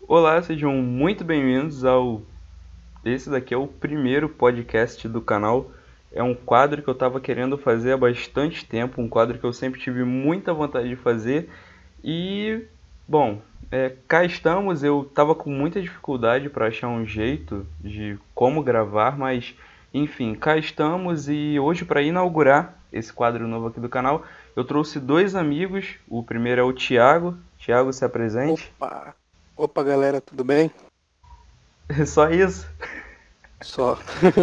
Olá, sejam muito bem-vindos ao. Esse daqui é o primeiro podcast do canal. É um quadro que eu estava querendo fazer há bastante tempo, um quadro que eu sempre tive muita vontade de fazer. E, bom, cá estamos. Eu estava com muita dificuldade para achar um jeito de como gravar, mas enfim, cá estamos. E hoje, para inaugurar esse quadro novo aqui do canal, eu trouxe dois amigos. O primeiro é o Thiago. Thiago, se apresente. Opa! Opa, galera, tudo bem? Só isso. Só.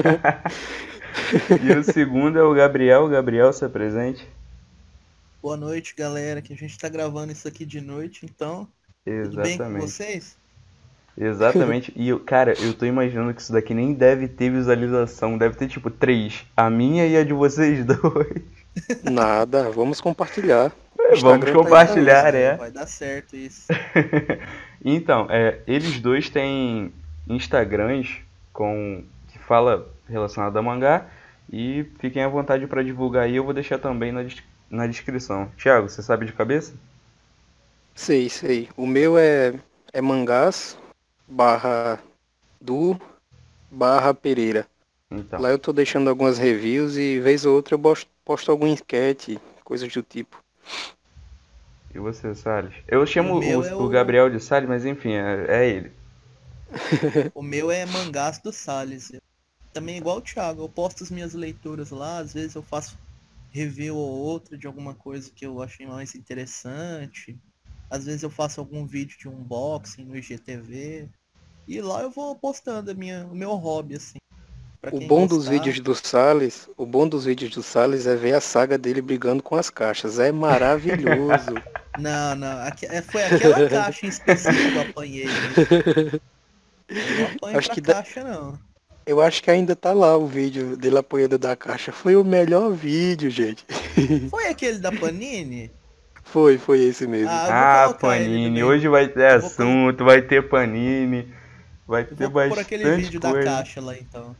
E o segundo é o Gabriel. Gabriel, se apresente. Boa noite, galera, que a gente tá gravando isso aqui de noite, então, tudo bem com Exatamente. vocês? Exatamente. E, cara, eu tô imaginando que isso daqui nem deve ter visualização. Deve ter, tipo, três. A minha e a de vocês dois. Nada, vamos compartilhar. O Vamos Instagram tá aí pra isso. compartilhar, é. Vai dar certo isso. Então, eles dois têm Instagrams que fala relacionado a mangá. E fiquem à vontade para divulgar aí. Eu vou deixar também na descrição. Thiago, você sabe de cabeça? Sei, sei. O meu é mangás barra du barra Pereira. Então. Lá eu tô deixando algumas reviews e vez ou outra eu posto algum enquete, coisas do tipo. E você, Salles? Eu O chamo meu é o Gabriel de Salles, mas enfim, é ele. o meu é Mangás do Salles. Também igual o Thiago, eu posto as minhas leituras lá, às vezes eu faço review ou outra de alguma coisa que eu achei mais interessante. Às vezes eu faço algum vídeo de unboxing no IGTV. E lá eu vou postando o meu hobby, assim. Pra O quem bom dos gostar. vídeos do Salles, o bom dos vídeos do Salles é ver a saga dele brigando com as caixas. É maravilhoso. Não, não. Foi aquela caixa em específico que eu apanhei, né? Eu não apanho Acho pra que caixa, não. Eu acho que ainda tá lá o vídeo dele apoiando da caixa. Foi o melhor vídeo, gente. Foi aquele da Panini? Foi esse mesmo. Ah, eu vou Ah, colocar ele Panini. também. Hoje vai ter Eu vou, colo... assunto, vai ter Panini, vai eu ter vou pôr aquele bastante vídeo da coisa. caixa lá, então.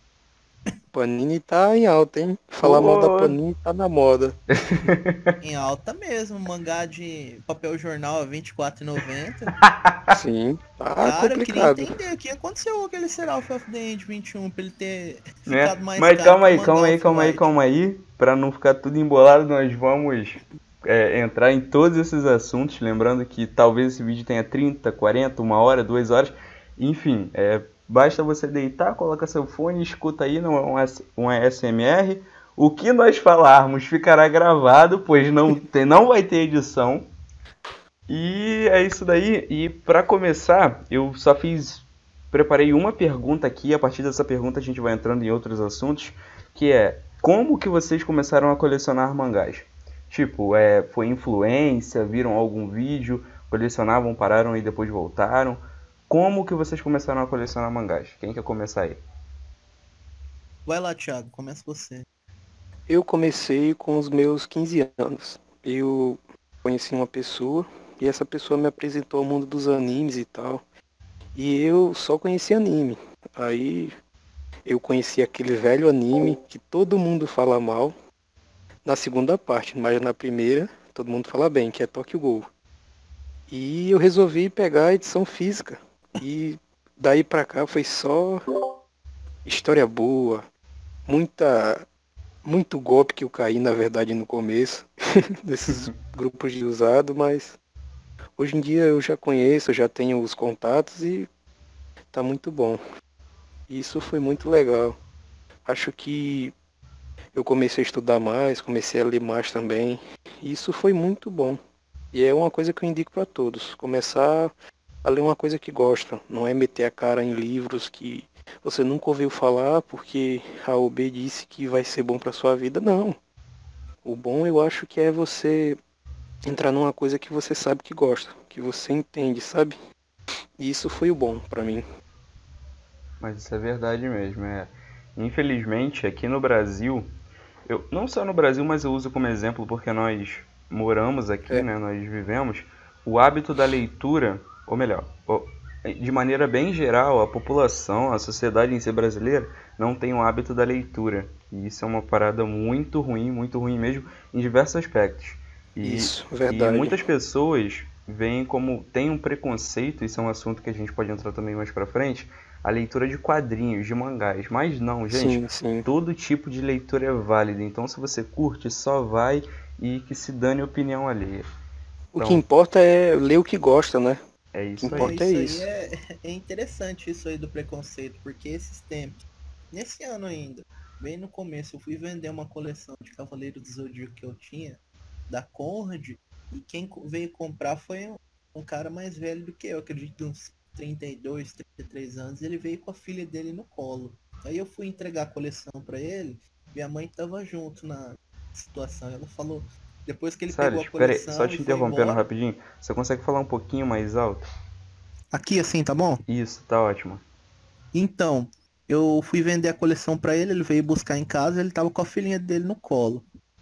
Panini tá em alta, hein? Falar mal da Pô, Panini tá na moda. Em alta mesmo. Mangá de papel jornal a R$ 24,90. Sim, tá Cara, eu queria complicado. entender o que aconteceu com aquele Seraph of the End 21 pra ele ter né? ficado mais Mas caro que o mangá calma aí, Off-White. calma aí. Pra não ficar tudo embolado, nós vamos entrar em todos esses assuntos. Lembrando que talvez esse vídeo tenha 30, 40, 1 hora, 2 horas. Enfim, basta você deitar, coloca seu fone, escuta aí um ASMR. O que nós falarmos ficará gravado, pois não vai ter edição. E é isso daí. E para começar, eu só preparei uma pergunta aqui. A partir dessa pergunta a gente vai entrando em outros assuntos, que é como que vocês começaram a colecionar mangás? Tipo, foi influência, viram algum vídeo, colecionavam, pararam e depois voltaram? Como que vocês começaram a colecionar mangás? Quem quer começar aí? Vai lá, Thiago, começa você. Eu comecei com os meus 15 anos. Eu conheci uma pessoa e essa pessoa me apresentou ao mundo dos animes e tal. E eu só conheci anime. Aí eu conheci aquele velho anime que todo mundo fala mal na segunda parte, mas na primeira todo mundo fala bem, que é Tokyo Ghoul. E eu resolvi pegar a edição física. E daí pra cá foi só história boa, muito golpe que eu caí, na verdade, no começo, desses grupos de usado, mas hoje em dia eu já conheço, eu já tenho os contatos e tá muito bom. Isso foi muito legal. Acho que eu comecei a estudar mais, comecei a ler mais também. E isso foi muito bom. E é uma coisa que eu indico para todos. Começar a ler uma coisa que gosta. Não é meter a cara em livros que você nunca ouviu falar porque a OB disse que vai ser bom para sua vida. Não. O bom eu acho que é você entrar numa coisa que você sabe que gosta, que você entende, sabe? E isso foi o bom para mim. Mas isso é verdade mesmo. Infelizmente, aqui no Brasil, não só no Brasil, mas eu uso como exemplo porque nós moramos aqui, É, né? Nós vivemos. O hábito da leitura, ou melhor, de maneira bem geral, a população, a sociedade em si brasileira, não tem o hábito da leitura. E isso é uma parada muito ruim mesmo, em diversos aspectos. E, isso, e verdade. muitas pessoas veem como tem um preconceito, isso é um assunto que a gente pode entrar também mais pra frente, a leitura de quadrinhos, de mangás. Mas não, gente, Sim. todo tipo de leitura é válida. Então se você curte, só vai e que se dane a opinião alheia. O Então, que importa é ler o que gosta, né? é O que isso aí. importa é isso. É interessante isso aí do preconceito, porque esses tempos, nesse ano ainda, bem no começo, eu fui vender uma coleção de Cavaleiro do Zodíaco que eu tinha, da Conrad, e quem veio comprar foi um cara mais velho do que eu, acredito, de uns 32, 33 anos, ele veio com a filha dele no colo. Aí eu fui entregar a coleção pra ele, minha mãe tava junto na situação, ela falou, depois que ele pegou a Salles, pera aí, só coleção te e foi interrompendo embora. rapidinho. Você consegue falar um pouquinho mais alto? Aqui assim, tá bom? Isso, tá ótimo. Então, eu fui vender a coleção pra ele, ele veio buscar em casa, ele tava com a filhinha dele no colo.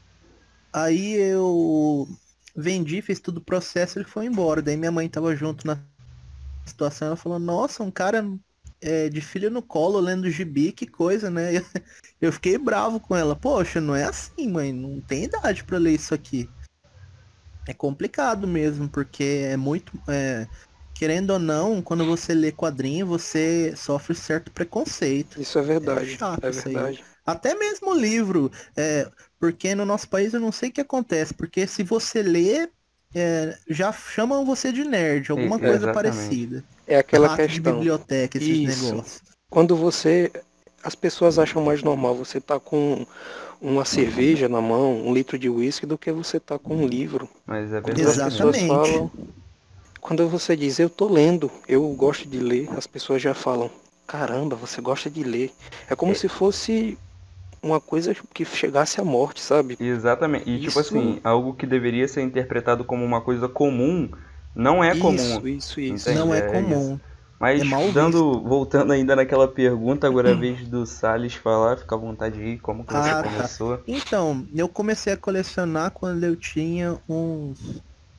Aí eu vendi, fiz tudo o processo, ele foi embora. Daí minha mãe tava junto na situação, ela falou, nossa, um cara de filho no colo, lendo gibi, que coisa, né? Eu fiquei bravo com ela. Poxa, não é assim, mãe, não tem idade pra ler isso aqui. É complicado mesmo, porque é muito... querendo ou não, quando você lê quadrinho, você sofre certo preconceito. Isso é verdade. Chato É isso aí. verdade. Até mesmo livro, porque no nosso país eu não sei o que acontece, porque se você lê, já chamam você de nerd, alguma coisa Exatamente. parecida. É aquela Rato de questão. biblioteca, esses Isso. negócios. Quando você. As pessoas acham mais normal você tá com uma cerveja na mão, um litro de uísque, do que você tá com um livro. Mas é Quando verdade. as pessoas Exatamente. falam. Quando você diz eu tô lendo, eu gosto de ler, as pessoas já falam, caramba, você gosta de ler. É como se fosse uma coisa que chegasse à morte, sabe? Exatamente. E tipo Isso- assim, algo que deveria ser interpretado como uma coisa comum, não é comum. Isso. Entende? Não é isso. comum. Mas É mal voltando ainda naquela pergunta, agora é a vez do Salles falar, fica à vontade aí, como que você Ah, tá. começou? Então, eu comecei a colecionar quando eu tinha uns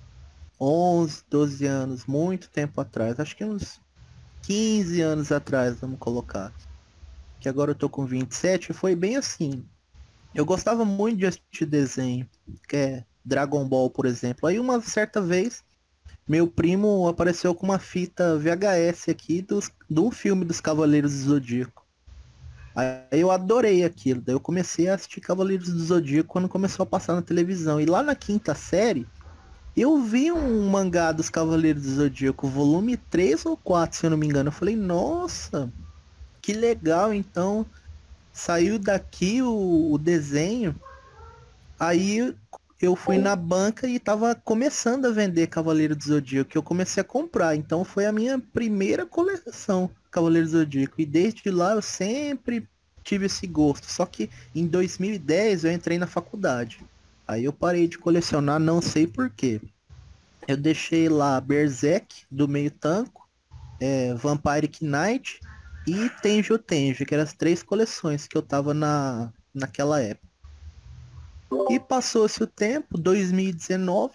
11, 12 anos, muito tempo atrás. Acho que uns 15 anos atrás, vamos colocar. Que agora eu tô com 27, foi bem assim. Eu gostava muito de assistir desenho, que é Dragon Ball, por exemplo. Aí uma certa vez, meu primo apareceu com uma fita VHS aqui do filme dos Cavaleiros do Zodíaco. Aí eu adorei aquilo. Daí eu comecei a assistir Cavaleiros do Zodíaco quando começou a passar na televisão. E lá na quinta série, eu vi um mangá dos Cavaleiros do Zodíaco, volume 3 ou 4, se eu não me engano. Eu falei, nossa, que legal. Então, saiu daqui o desenho. Aí eu fui na banca e tava começando a vender Cavaleiro do Zodíaco, que eu comecei a comprar. Então foi a minha primeira coleção Cavaleiro do Zodíaco. E desde lá eu sempre tive esse gosto. Só que em 2010 eu entrei na faculdade. Aí eu parei de colecionar, não sei porquê. Eu deixei lá Berserk, do meio tanco, Vampire Knight e Tenjo Tenjo, que eram as 3 coleções que eu tava naquela época. E passou-se o tempo, 2019,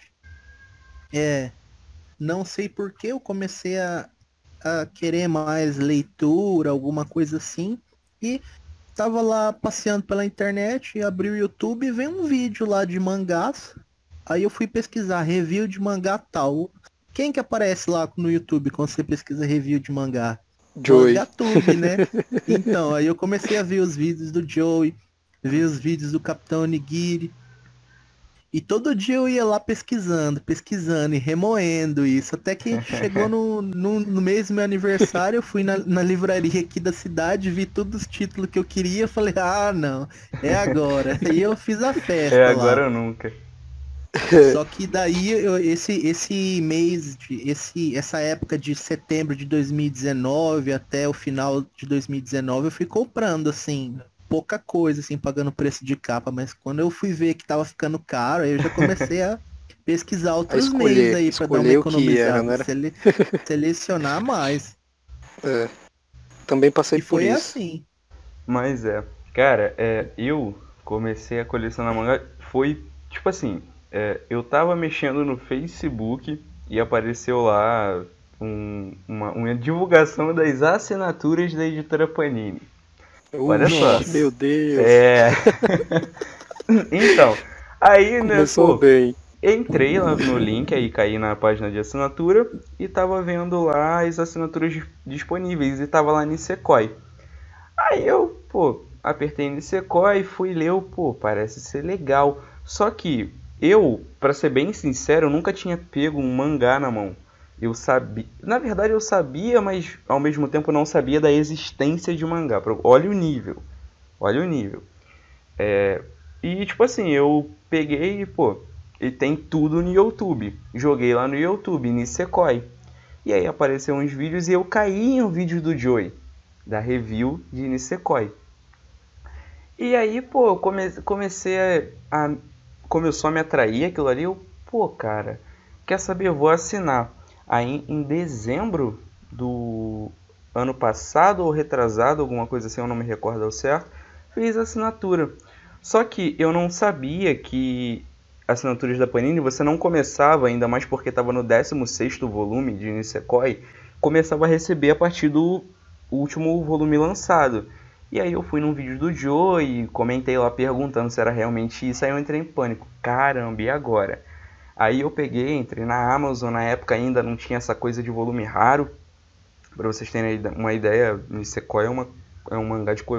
não sei por que eu comecei a querer mais leitura, alguma coisa assim, e tava lá passeando pela internet, abri o YouTube e veio um vídeo lá de mangás, aí eu fui pesquisar review de mangá tal. Quem que aparece lá no YouTube quando você pesquisa review de mangá? Joey. Mangatube, né? Então, aí eu comecei a ver os vídeos do Joey, ver os vídeos do Capitão Onigiri. E todo dia eu ia lá pesquisando e remoendo isso. Até que chegou no mês do meu aniversário, eu fui na livraria aqui da cidade, vi todos os títulos que eu queria, falei, ah não, é agora. E eu fiz a festa É lá. agora ou nunca. Só que daí esse mês, essa época de setembro de 2019 até o final de 2019, eu fui comprando assim, pouca coisa, assim, pagando preço de capa, mas quando eu fui ver que tava ficando caro, aí eu já comecei a pesquisar outros meses aí pra dar uma escolher o que era, economizada, né? selecionar mais. Também passei E por foi isso. assim. Mas cara, eu comecei a colecionar mangá, foi tipo assim, eu tava mexendo no Facebook e apareceu lá uma divulgação das assinaturas da editora Panini. Olha só. Nossa, meu Deus. Então, aí, né, Começou pô, bem. Entrei lá no link, aí caí na página de assinatura e tava vendo lá as assinaturas disponíveis e tava lá Nisekoi. Aí eu, pô, apertei Nisekoi, fui ler, pô, parece ser legal. Só que eu, pra ser bem sincero, eu nunca tinha pego um mangá na mão. Eu sabia, na verdade eu sabia, mas ao mesmo tempo não sabia da existência de mangá. Olha o nível, olha o nível. E tipo assim, eu peguei, pô, e tem tudo no YouTube. Joguei lá no YouTube, Nisekoi. E aí apareceram uns vídeos e eu caí em um vídeo do Joey, da review de Nisekoi. E aí, pô, eu comecei a... Começou a me atrair aquilo ali. Eu, pô, cara, quer saber? Eu vou assinar. Aí em dezembro do ano passado ou retrasado, alguma coisa assim, eu não me recordo ao certo, fiz a assinatura. Só que eu não sabia que assinaturas da Panini você não começava, ainda mais porque estava no 16º volume de Nisekoi, começava a receber a partir do último volume lançado. E aí eu fui num vídeo do Joe e comentei lá perguntando se era realmente isso, aí eu entrei em pânico. Caramba, e agora? Aí eu peguei, entrei na Amazon, na época ainda não tinha essa coisa de volume raro. Pra vocês terem uma ideia, Nisekoi é um mangá de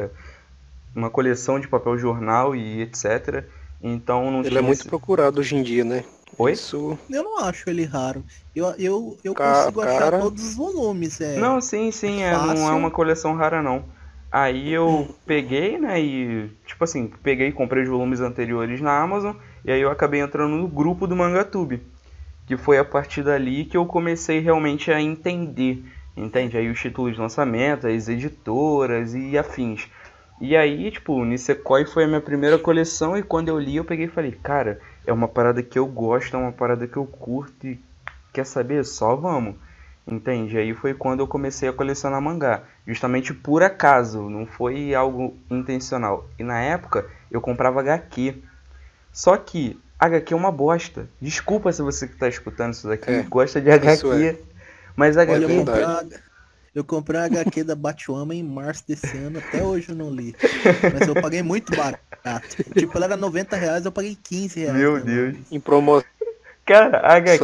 uma coleção de papel jornal e etc. Então não Ele tinha é muito procurado hoje em dia, né? Oi? Isso... Eu não acho ele raro. Eu consigo achar todos os volumes. Não, sim, não é uma coleção rara não. Aí eu peguei, né, e tipo assim, peguei e comprei os volumes anteriores na Amazon, e aí eu acabei entrando no grupo do Mangatube, que foi a partir dali que eu comecei realmente a entender, entende? Aí os títulos de lançamento, as editoras e afins. E aí, tipo, Nisekoi foi a minha primeira coleção e quando eu li eu peguei e falei, cara, é uma parada que eu gosto, é uma parada que eu curto e quer saber? Só vamos. Entende? Aí foi quando eu comecei a colecionar mangá. Justamente por acaso, não foi algo intencional. E na época eu comprava HQ. Só que HQ é uma bosta. Desculpa se você que está escutando isso daqui gosta de HQ. Mas HQ... Olha, eu comprei a HQ da Batwoman em março desse ano, até hoje eu não li. Mas eu paguei muito barato. Tipo, ela era R$90, eu paguei R$15. Meu Deus. Em promoção. Cara, HQ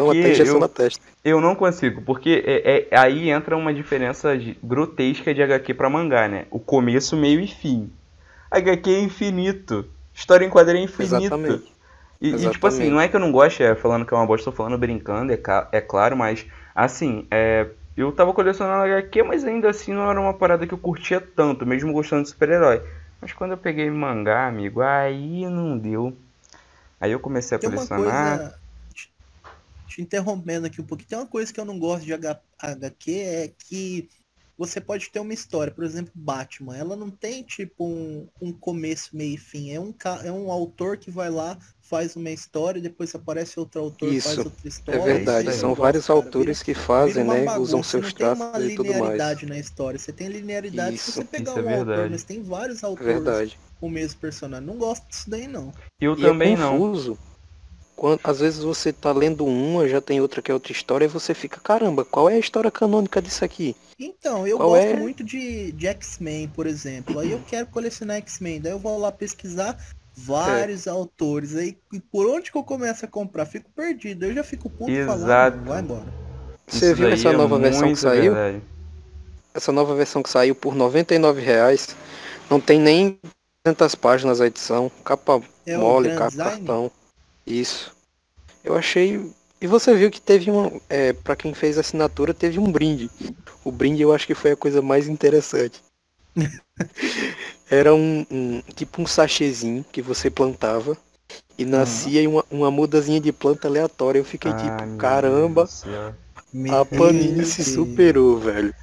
eu não consigo, porque aí entra uma diferença grotesca de HQ pra mangá, né? O começo, meio e fim. HQ é infinito. História em quadrinho é infinito. Exatamente. E tipo assim, não é que eu não gosto, falando que é uma bosta, tô falando brincando, é claro, mas assim, eu tava colecionando HQ, mas ainda assim não era uma parada que eu curtia tanto, mesmo gostando de super-herói. Mas quando eu peguei mangá, amigo, aí não deu. Aí eu comecei a colecionar... Te interrompendo aqui um pouquinho, tem uma coisa que eu não gosto de HQ, é que você pode ter uma história, por exemplo, Batman, ela não tem tipo um começo, meio e fim, é um autor que vai lá, faz uma história, e depois aparece outro autor, faz outra história. É verdade, são vários autores que fazem, né, usam seus traços e tudo mais. Não tem uma linearidade na história, você tem linearidade se você pegar um autor, mas tem vários autores com o mesmo personagem, não gosto disso daí não. Eu também não. Confuso. Às vezes você tá lendo uma, já tem outra que é outra história, e você fica, caramba, qual é a história canônica disso aqui? Então, eu gosto muito de X-Men, por exemplo. Aí eu quero colecionar X-Men, daí eu vou lá pesquisar vários autores. Aí por onde que eu começo a comprar? Fico perdido, eu já fico puto falando, vai embora. Você viu essa nova versão que saiu? Verdade. Essa nova versão que saiu por R$99. Não tem nem 200 páginas a edição, capa mole, cartão. Isso. Eu achei... E você viu que teve pra quem fez a assinatura, teve um brinde. O brinde eu acho que foi a coisa mais interessante. Era tipo um sachêzinho que você plantava e nascia uma mudazinha de planta aleatória. Eu fiquei tipo, caramba, a Panini se superou, velho.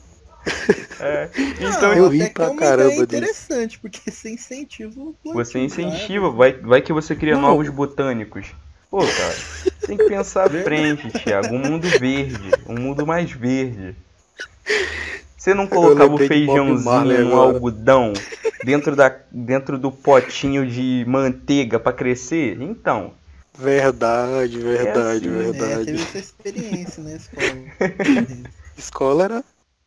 Então eu ri pra caramba disso. É interessante, porque você incentiva o plantio. Você incentiva, vai que você cria novos botânicos. Pô, cara, tem que pensar à frente, Thiago. Um mundo verde, um mundo mais verde. Você não colocava o feijãozinho no algodão dentro do potinho de manteiga pra crescer? Então. Verdade. Teve essa experiência na escola. Escola era...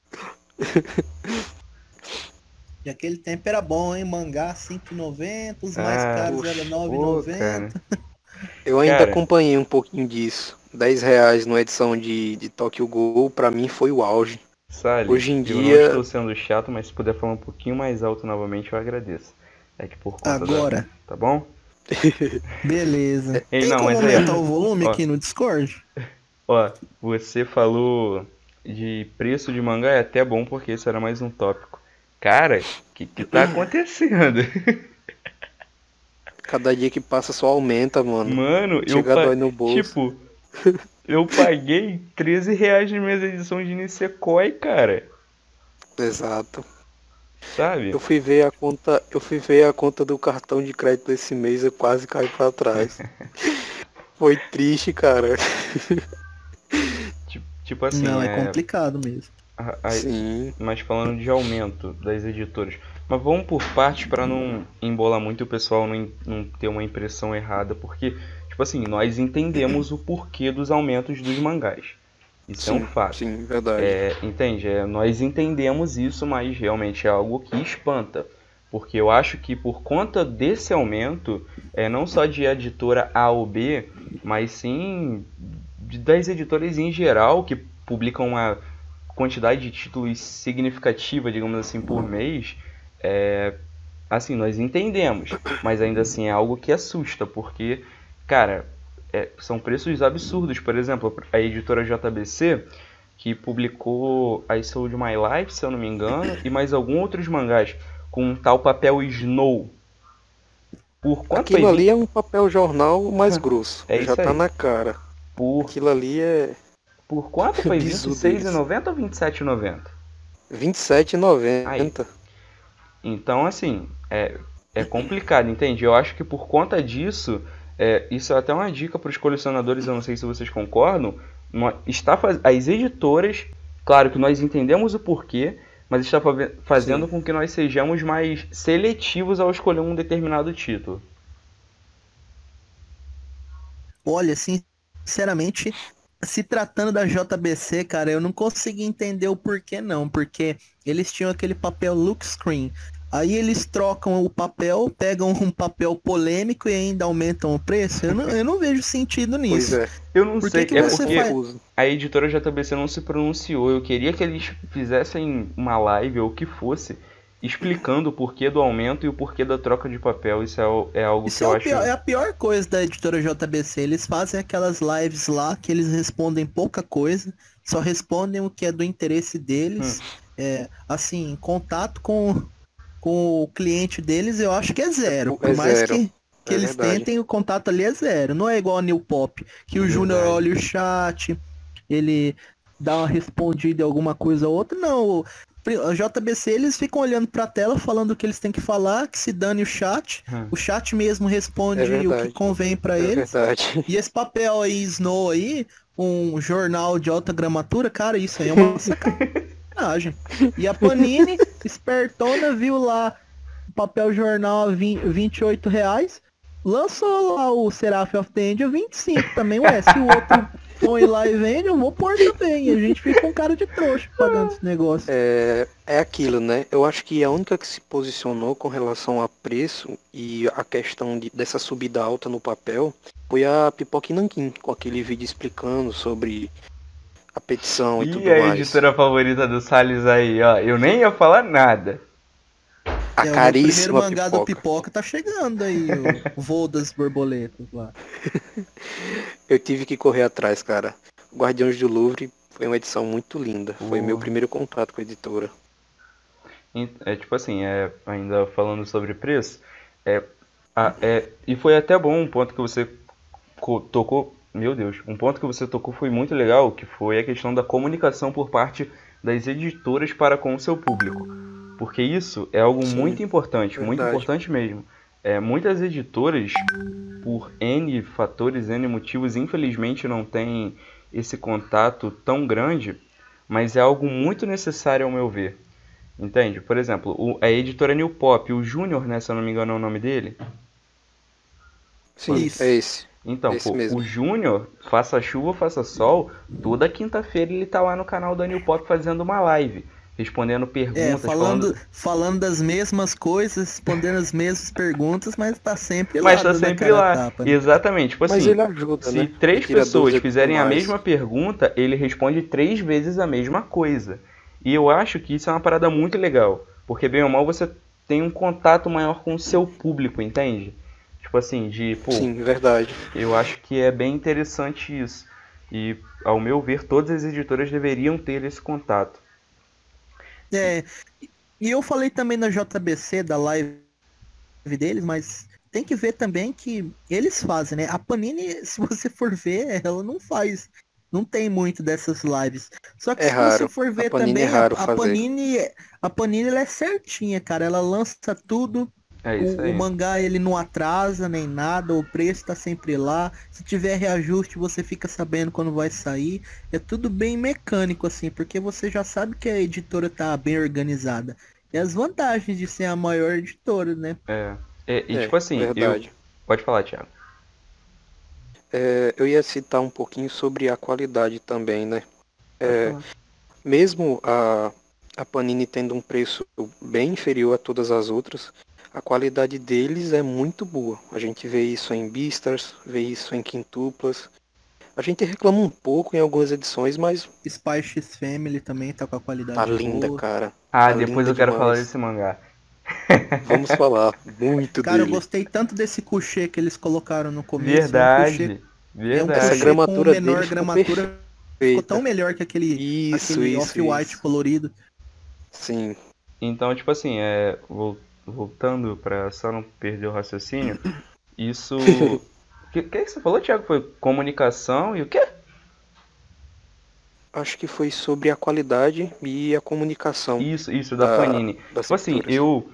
E aquele tempo era bom, hein? Mangá R$5,90, os mais caros eram R$9,90. Eu ainda Cara, acompanhei um pouquinho disso. R$ 10 numa edição de Tokyo Ghoul, pra mim foi o auge. Salles, Hoje em eu não dia, estou sendo chato, mas se puder falar um pouquinho mais alto novamente, eu agradeço. É que por conta da. Agora, Tá bom? beleza. Ei, Tem não, como mas aí, aumentar o volume ó, aqui no Discord? ó, você falou de preço de mangá, é até bom porque isso era mais um tópico. Cara, o que tá acontecendo? cada dia que passa só aumenta, mano. Mano, Chega a dói no bolso. tipo, eu paguei R$ 13 na minha edição de Nisekoi, cara. Exato. Sabe? Eu fui ver a conta do cartão de crédito desse mês, eu quase caí pra trás. Foi triste, cara. Tipo assim, Não, é complicado mesmo. a- a- Sim, mas falando de aumento das editoras. Mas vamos por partes para não embolar muito e o pessoal não ter uma impressão errada, porque, tipo assim, nós entendemos o porquê dos aumentos dos mangás. Isso é um sim, fato. sim, verdade. Entende? Nós entendemos isso, mas realmente é algo que espanta. Porque eu acho que por conta desse aumento, não só de editora A ou B, mas sim das editoras em geral que publicam uma quantidade de títulos significativa, digamos assim, por mês, assim, nós entendemos, mas ainda assim é algo que assusta, porque, cara, são preços absurdos. Por exemplo, a editora JBC, que publicou I Sold My Life, se eu não me engano, e mais alguns outros mangás, com um tal papel Snow. Por quanto foi? Aquilo ali é um papel jornal mais grosso. É Já isso tá aí. na cara. Por, Aquilo ali é por quanto foi? bizudo isso. R$ 26,90 ou R$ 27,90? Aí. R$ 27,90. Então, assim, é complicado, entende? Eu acho que por conta disso, isso é até uma dica para os colecionadores, eu não sei se vocês concordam, as editoras, claro que nós entendemos o porquê, mas está fazendo Sim. com que nós sejamos mais seletivos ao escolher um determinado título. Olha, sinceramente, se tratando da JBC, cara, eu não consegui entender o porquê não, porque eles tinham aquele papel look screen. Aí eles trocam o papel, pegam um papel polêmico e ainda aumentam o preço. Eu não vejo sentido Pois nisso. é. Eu não Por sei, que é você porque faz. Confuso. a editora JBC não se pronunciou. Eu queria que eles fizessem uma live ou o que fosse, explicando o porquê do aumento e o porquê da troca de papel. Isso é algo que Isso é, eu acho. é a pior coisa da editora JBC. Eles fazem aquelas lives lá que eles respondem pouca coisa, só respondem o que é do interesse deles. Assim, contato com o cliente deles, eu acho que é zero. Por É mais zero. que É eles verdade. tentem, o contato ali é zero. Não é igual a New Pop, que o Júnior Verdade. olha o chat, ele dá uma respondida em alguma coisa ou outra. Não, a JBC eles ficam olhando pra tela, falando o que eles têm que falar, que se dane o chat. O chat mesmo responde É o que verdade. convém pra É eles. verdade. E esse papel aí, Snow aí, um jornal de alta gramatura, cara, isso aí é uma sacanagem. E a Panini, espertona, viu lá o papel jornal a R$ 28, lançou lá o Seraph of the Angel 25 também. Ué, se o outro põe lá e vende, eu vou pôr também. E a gente fica com cara de trouxa pagando esse negócio. É aquilo, né? Eu acho que a única que se posicionou com relação a preço e a questão dessa subida alta no papel foi a Pipoca e Nanquim, com aquele vídeo explicando sobre a petição e E tudo a mais. editora favorita do Salles aí, ó. Eu nem ia falar nada. A O meu primeiro caríssima mangá do Pipoca. Pipoca tá chegando aí, o Voo das Borboletas lá. Eu tive que correr atrás, cara. Guardiões do Louvre foi uma edição muito linda. Foi meu primeiro contato com a editora. Tipo assim, ainda falando sobre preço, e foi até bom um ponto que você tocou, meu Deus, um ponto que você tocou foi muito legal, que foi a questão da comunicação por parte das editoras para com o seu público. Porque isso é algo muito importante mesmo. Muitas editoras, por N fatores, N motivos, infelizmente não têm esse contato tão grande, mas é algo muito necessário ao meu ver. Entende? Por exemplo, a editora New Pop, o Júnior, né, se eu não me engano é o nome dele. Sim, Isso. é esse. Então, Esse mesmo. o Júnior, faça chuva, faça sol, toda quinta-feira ele tá lá no canal da New Pop fazendo uma live, respondendo perguntas, falando das mesmas coisas, respondendo as mesmas perguntas, mas tá sempre lá. Mas tá sempre lá. Tapa, né? Exatamente. Tipo mas assim, ele ajuda, se né? 3 pessoas fizerem a mesma pergunta, ele responde 3 vezes a mesma coisa. E eu acho que isso é uma parada muito legal. Porque, bem ou mal, você tem um contato maior com o seu público, entende? Tipo assim, Sim, verdade. Eu acho que é bem interessante isso. E, ao meu ver, todas as editoras deveriam ter esse contato. E eu falei também na JBC, da live deles, mas tem que ver também que eles fazem, né? A Panini, se você for ver, ela não faz. Não tem muito dessas lives. Só que se você for ver também, a Panini ela é certinha, cara. Ela lança tudo. O mangá ele não atrasa nem nada, o preço tá sempre lá. Se tiver reajuste, você fica sabendo quando vai sair. É tudo bem mecânico, assim, porque você já sabe que a editora tá bem organizada. E as vantagens de ser a maior editora, né? Tipo assim, pode falar, Thiago. Eu ia citar um pouquinho sobre a qualidade também, né? Mesmo a Panini tendo um preço bem inferior a todas as outras, a qualidade deles é muito boa. A gente vê isso em Beastars, vê isso em Quintuplas. A gente reclama um pouco em algumas edições, mas... Spy X Family também tá com a qualidade boa. Tá linda, cara. Depois eu quero falar desse mangá. Vamos falar muito cara, dele. Eu gostei tanto desse couchê que eles colocaram no começo. Verdade. Essa gramatura com menor gramatura ficou tão melhor que aquele off-white colorido. Sim. Então, tipo assim, voltando pra só não perder o raciocínio, isso... O que você falou, Thiago? Foi comunicação e o quê? Acho que foi sobre a qualidade e a comunicação. Isso da Panini. Tipo assim,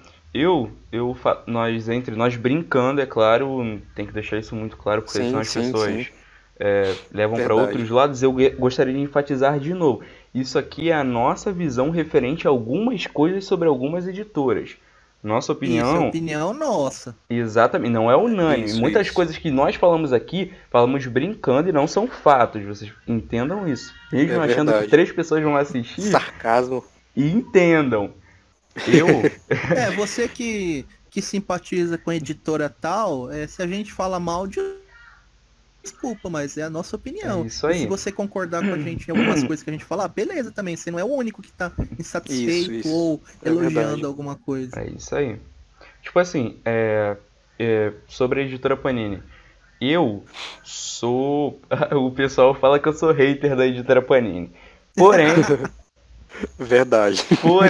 nós brincando, é claro, tem que deixar isso muito claro, porque senão as pessoas levam para outros lados. Eu gostaria de enfatizar de novo. Isso aqui é a nossa visão referente a algumas coisas sobre algumas editoras. Nossa opinião... Isso é opinião nossa. Exatamente, não é unânime. Muitas coisas que nós falamos aqui, falamos brincando e não são fatos. Vocês entendam isso. Mesmo achando que 3 pessoas vão assistir... Sarcasmo. E entendam. Você que simpatiza com a editora tal, se a gente fala mal desculpa, mas é a nossa opinião. Isso aí. E se você concordar com a gente em algumas coisas que a gente falar, beleza também. Você não é o único que tá insatisfeito ou elogiando alguma coisa. É isso aí. Tipo assim, sobre a editora Panini. Eu sou... O pessoal fala que eu sou hater da editora Panini. Porém... Verdade.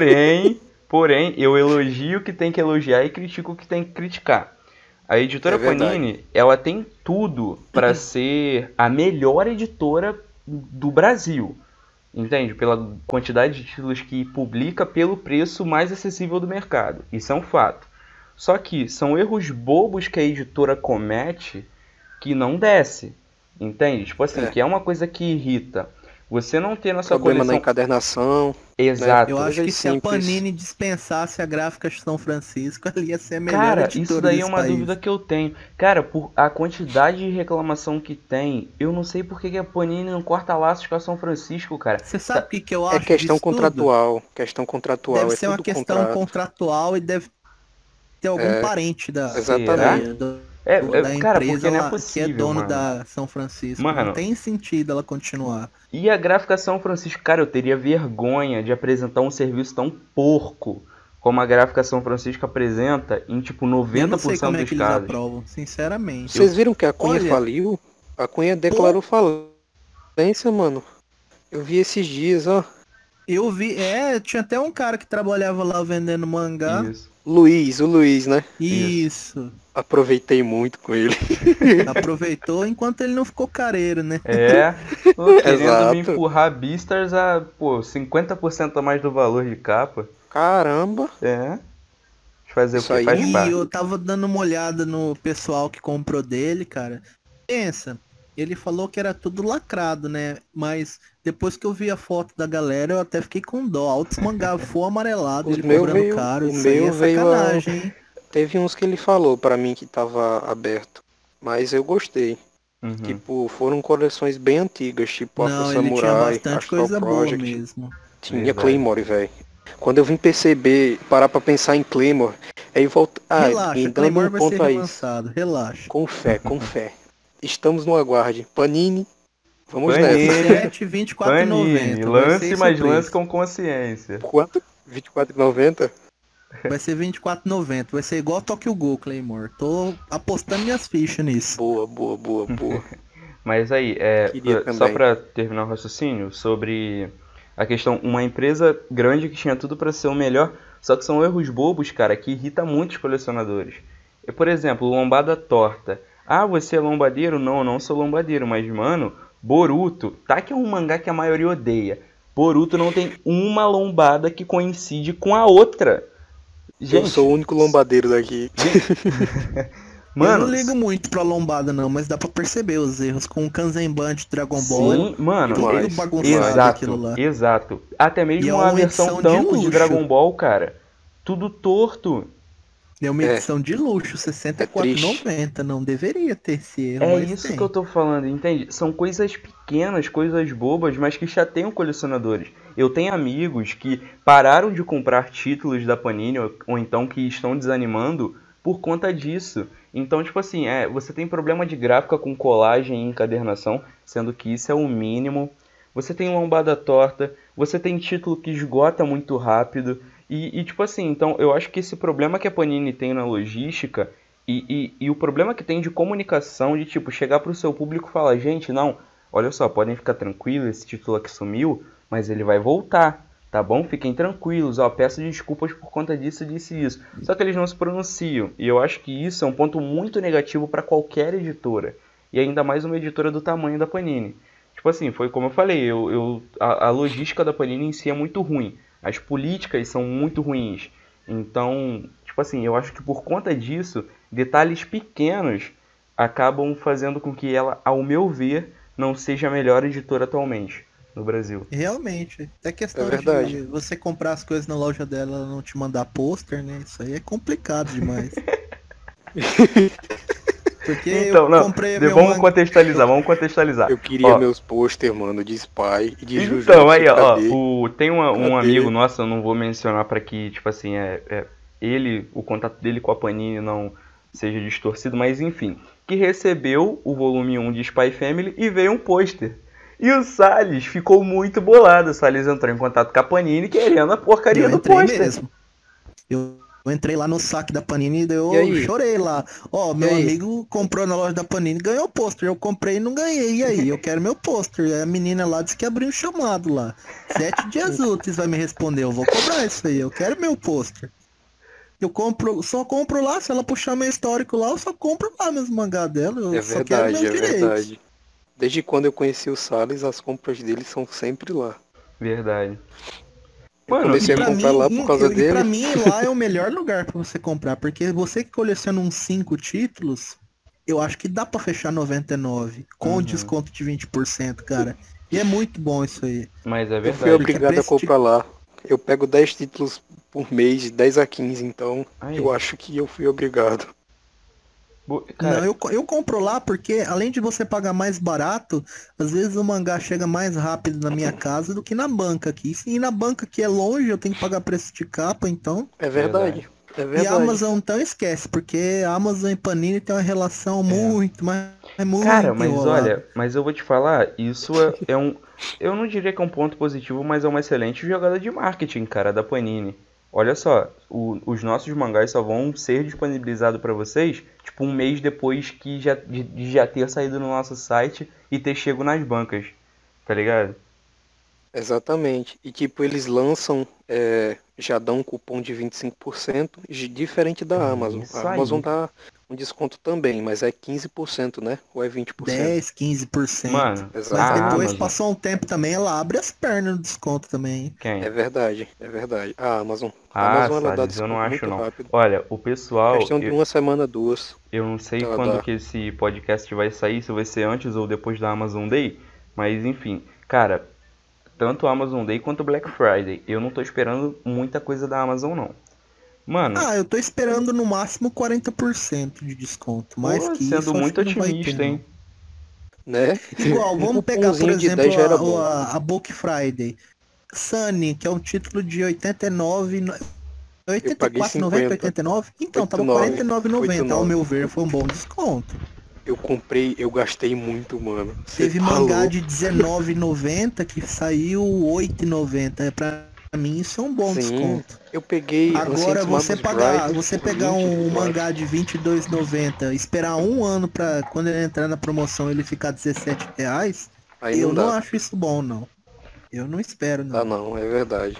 Porém, eu elogio o que tem que elogiar e critico o que tem que criticar. A editora Panini, ela tem tudo para ser a melhor editora do Brasil. Entende? Pela quantidade de títulos que publica, pelo preço mais acessível do mercado. Isso é um fato. Só que são erros bobos que a editora comete que não desce. Entende? Tipo assim, que é uma coisa que irrita. Você não ter na sua problema coleção... na encadernação. Exato. Eu acho que se a Panini dispensasse a Gráfica São Francisco, ali ia ser a melhor editora desse isso daí é uma dúvida que eu tenho. Cara, por a quantidade de reclamação que tem, eu não sei por que a Panini não corta laços com a São Francisco, cara. Você sabe o que eu acho? É questão contratual. Questão contratual. Deve ser uma questão contratual e deve ter algum parente da... Exatamente. Da cara, empresa porque não é possível, que é dono mano. da São Francisco. Mano, não tem sentido ela continuar. E a Gráfica São Francisco, cara, eu teria vergonha de apresentar um serviço tão porco como a Gráfica São Francisco apresenta em tipo 90% eu não sei como dos que casos. Eles aprovam, sinceramente. Vocês viram que a Cunha faliu? A Cunha declarou falência, mano. Eu vi esses dias, ó. Eu vi, tinha até um cara que trabalhava lá vendendo mangá. Isso. O Luiz, né? Isso. Aproveitei muito com ele. Aproveitou enquanto ele não ficou careiro, né? Querendo me empurrar Beastars a 50% a mais do valor de capa. Caramba. Fazer isso o que faz parte. E eu tava dando uma olhada no pessoal que comprou dele, cara. Pensa, ele falou que era tudo lacrado, né? Mas depois que eu vi a foto da galera, eu até fiquei com dó. Altos mangá full amarelado, ele cobrando caro. Isso aí é sacanagem, hein? Teve uns que ele falou pra mim que tava aberto. Mas eu gostei. Tipo, foram coleções bem antigas, tipo Afro Samurai, tinha bastante Astral coisa Project. boa mesmo. Tinha Claymore, velho. Quando eu vim perceber, parar pra pensar em Claymore, aí volta. Relaxa, E dando Claymore um vai ponto ser a isso. relançado, relaxa. Com fé, com fé. Estamos no aguarde. Panini, vamos Panini. nessa. 7, Panini, 24,90. Vai ser lance, esse mas o lance preço. com consciência. Quanto? R$24,90? Vai ser 24,90. Vai ser igual Tokyo Ghoul, Claymore. Tô apostando minhas fichas nisso. Boa. Mas aí, Queria só também. pra terminar o raciocínio sobre a questão, uma empresa grande que tinha tudo pra ser o melhor, só que são erros bobos, cara, que irritam muito os colecionadores. Por exemplo, lombada torta. Ah, você é lombadeiro? Não, eu não sou lombadeiro, mas, mano, Boruto, tá que é um mangá que a maioria odeia. Boruto não tem uma lombada que coincide com a outra. Eu sou o único lombadeiro daqui. Eu não mano, ligo muito pra lombada não, mas dá pra perceber os erros. Com o Kanzenban de Dragon Ball, sim, mano, tudo bagunçado aquilo lá. exato. Até E é mesmo a uma versão edição de Tampo de luxo. Dragon Ball, cara, tudo torto. É uma edição de luxo, triste. R$64,90. Não deveria ter esse erro, É mas isso tem. que eu tô falando, entende? São coisas pequenas, coisas bobas, mas que chateiam colecionadores. Eu tenho amigos que pararam de comprar títulos da Panini, ou então que estão desanimando por conta disso. Então, tipo assim, você tem problema de gráfica com colagem e encadernação, sendo que isso é o mínimo. Você tem lombada torta, você tem título que esgota muito rápido. E tipo assim, então eu acho que esse problema que a Panini tem na logística e o problema que tem de comunicação, de tipo, chegar pro seu público e falar, gente, não, olha só, podem ficar tranquilos, esse título aqui sumiu, mas ele vai voltar, tá bom? Fiquem tranquilos, ó, peço desculpas por conta disso, disso e isso. Só que eles não se pronunciam, e eu acho que isso é um ponto muito negativo para qualquer editora, e ainda mais uma editora do tamanho da Panini. Tipo assim, foi como eu falei, a logística da Panini em si é muito ruim, as políticas são muito ruins, então, tipo assim, eu acho que por conta disso, detalhes pequenos acabam fazendo com que ela, ao meu ver, não seja a melhor editora atualmente no Brasil. Realmente. Até questão É verdade. de você comprar as coisas na loja dela, ela não te mandar pôster, né? Isso aí é complicado demais. Porque Então, eu não, comprei vamos contextualizar. Eu queria Ó, meus pôster, mano, de Spy e de Jujutsu. então, aí, ó, Cadê? tem um Cadê? amigo nosso, eu não vou mencionar pra que, tipo assim, o contato dele com a Panini não seja distorcido, mas enfim, que recebeu o volume 1 de Spy Family e veio um pôster. E o Salles ficou muito bolado. O Salles entrou em contato com a Panini querendo a porcaria Eu do entrei pôster. mesmo. Eu entrei lá no saque da Panini e eu E aí? chorei lá. Ó, meu aí? amigo comprou na loja da Panini e ganhou o pôster. Eu comprei e não ganhei. E aí? Eu quero meu pôster. E a menina lá disse que abriu um chamado lá. 7 dias úteis vai me responder. Eu vou cobrar isso aí. Eu quero meu pôster. Eu só compro lá, se ela puxar meu histórico lá, eu só compro lá meus mangá dela. Eu É só quero verdade, meus direitos. verdade. Desde quando eu conheci o Salles, as compras dele são sempre lá. Verdade. Eu Mano, comecei a comprar lá por causa e pra dele. mim lá é o melhor lugar pra você comprar, porque você que coleciona uns 5 títulos, eu acho que dá pra fechar 99 com desconto de 20%, cara. E é muito bom isso aí. mas é Eu fui verdade. obrigado a preço de- comprar lá. Eu pego 10 títulos por mês, de 10 a 15, então Aí. eu acho que eu fui obrigado. Cara, Não, eu compro lá porque além de você pagar mais barato, às vezes o mangá chega mais rápido na minha casa do que na banca aqui. E na banca que é longe, eu tenho que pagar preço de capa, então. É verdade. É E verdade. a Amazon então esquece, porque a Amazon e Panini tem uma relação muito, mas é muito Cara, mas enrolada. olha, mas eu vou te falar, isso é um. Eu não diria que é um ponto positivo, mas é uma excelente jogada de marketing, cara, da Panini. Olha só, os nossos mangás só vão ser disponibilizados pra vocês, tipo, um mês depois de já ter saído no nosso site e ter chego nas bancas, tá ligado? Exatamente. E tipo, eles lançam, já dão um cupom de 25%, diferente da Amazon. Isso A Amazon aí. dá um desconto também, mas é 15%, né? Ou é 20%? 10, 15%. Mano, Mas a depois Amazon. passou um tempo também, ela abre as pernas no desconto também. Quem? É verdade, é verdade. A Amazon. A Ah, Amazon ela dá Salles, eu desconto não acho muito não. rápido. Olha, o pessoal, Questão de uma semana, 2. eu não sei Ela quando dá. que esse podcast vai sair, se vai ser antes ou depois da Amazon Day, mas enfim, cara, tanto a Amazon Day quanto o Black Friday, eu não tô esperando muita coisa da Amazon não. Mano, Ah, eu tô esperando no máximo 40% de desconto. Mais pô, que sendo isso, acho muito que não vai otimista, ter, não. hein? Né? Igual, vamos Um pegar, por cupomzinho de exemplo, 10 já era bom. a Book Friday. Sunny, que é um título de 89, Eu paguei 84, 90, 50. 89? Então, tava 89, 49,90. Ao meu ver, foi um bom desconto. Eu gastei muito, mano. Cê Teve tá mangá louco. de 19,90 que saiu 8,90. Pra mim, isso é um bom Sim, desconto. eu peguei Agora, Ancientes Magos você Bright por pegar 20, um eu mangá acho. de 22,90, esperar um ano pra quando ele entrar na promoção ele ficar R$ 17, Aí eu não não dá. acho isso bom, não. Eu não espero, Tá não. não, é verdade.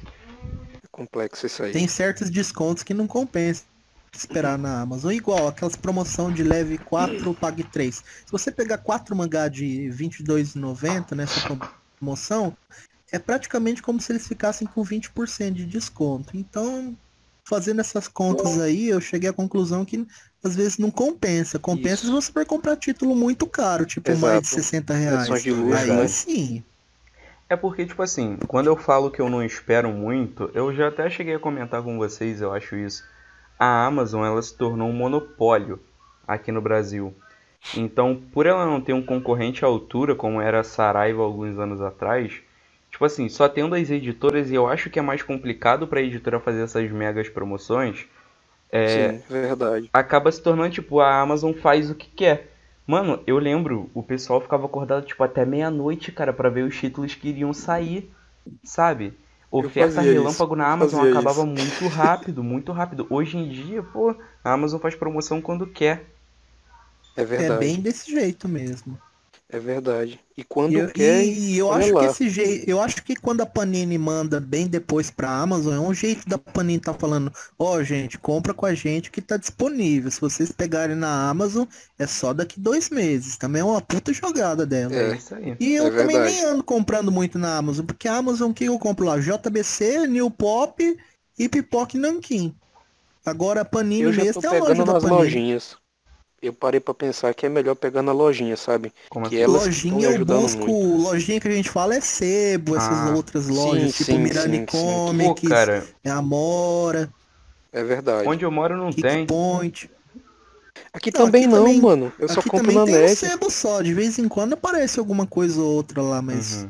É complexo isso aí. Tem certos descontos que não compensa esperar na Amazon. Igual aquelas promoção de leve 4, pague 3. Se você pegar 4 mangá de R$ 22,90 nessa promoção, é praticamente como se eles ficassem com 20% de desconto. Então, fazendo essas contas aí, eu cheguei à conclusão que às vezes não compensa. Compensa se Isso. você for comprar título muito caro, tipo mais de Exato. R$ 60. Edições de luxo, Aí né? sim. É porque, tipo assim, quando eu falo que eu não espero muito, eu já até cheguei a comentar com vocês, eu acho isso. A Amazon, ela se tornou um monopólio aqui no Brasil. Então, por ela não ter um concorrente à altura, como era a Saraiva alguns anos atrás, tipo assim, só tendo as editoras, e eu acho que é mais complicado para a editora fazer essas megas promoções, Sim, verdade. acaba se tornando, tipo, a Amazon faz o que quer. Mano, eu lembro, o pessoal ficava acordado, tipo, até meia-noite, cara, pra ver os títulos que iriam sair, sabe? Eu Oferta fazia isso. relâmpago Eu na Amazon fazia acabava isso. muito rápido, muito rápido. Hoje em dia, pô, a Amazon faz promoção quando quer. É É verdade. bem desse jeito mesmo. É verdade. E E quando eu, quer, e eu olha acho que lá. esse jeito, eu acho que quando a Panini manda bem depois pra Amazon, é um jeito da Panini tá falando, ó, gente, compra com a gente que tá disponível. Se vocês pegarem na Amazon, é só daqui 2 meses. Também é uma puta jogada dela. É É, isso aí. E é eu também nem verdade. ando comprando muito na Amazon, porque a Amazon, o que eu compro lá? JBC, New Pop e Pipoca e Nanquim. Agora a Panini Eu já mesmo tô tem a loja pegando da nas Panini. lojinhas. Eu parei pra pensar que é melhor pegar na lojinha, sabe? Como Que assim? elas que estão me Lojinha eu ajudando busco, muito. lojinha que a gente fala é Sebo, essas Ah, outras Sim, lojas, tipo sim, Mirani sim, sim. pô, Comics, cara, Amora, É verdade. onde eu moro não Kick tem. Point. Aqui Não, também não, mano. Eu só aqui compro também na tem um net. sebo só, de vez em quando aparece alguma coisa ou outra lá, mas Uhum.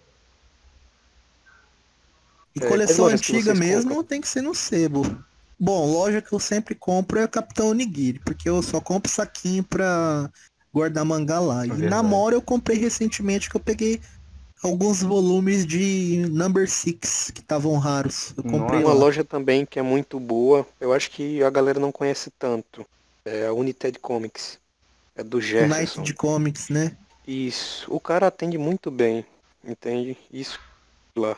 e É, quais coleção lojas que antiga vocês compram? mesmo tem que ser no sebo. Bom, loja que eu sempre compro é a Capitão Onigiri, porque eu só compro saquinho pra guardar mangá lá. E na Verdade. Amora eu comprei recentemente que eu peguei alguns volumes de Number Six que estavam raros. Eu comprei Uma Nossa. lá. loja também que é muito boa. Eu acho que a galera não conhece tanto. É a United Comics. É do Jefferson. United Comics, né? Isso. O cara atende muito bem. Entende? Isso lá.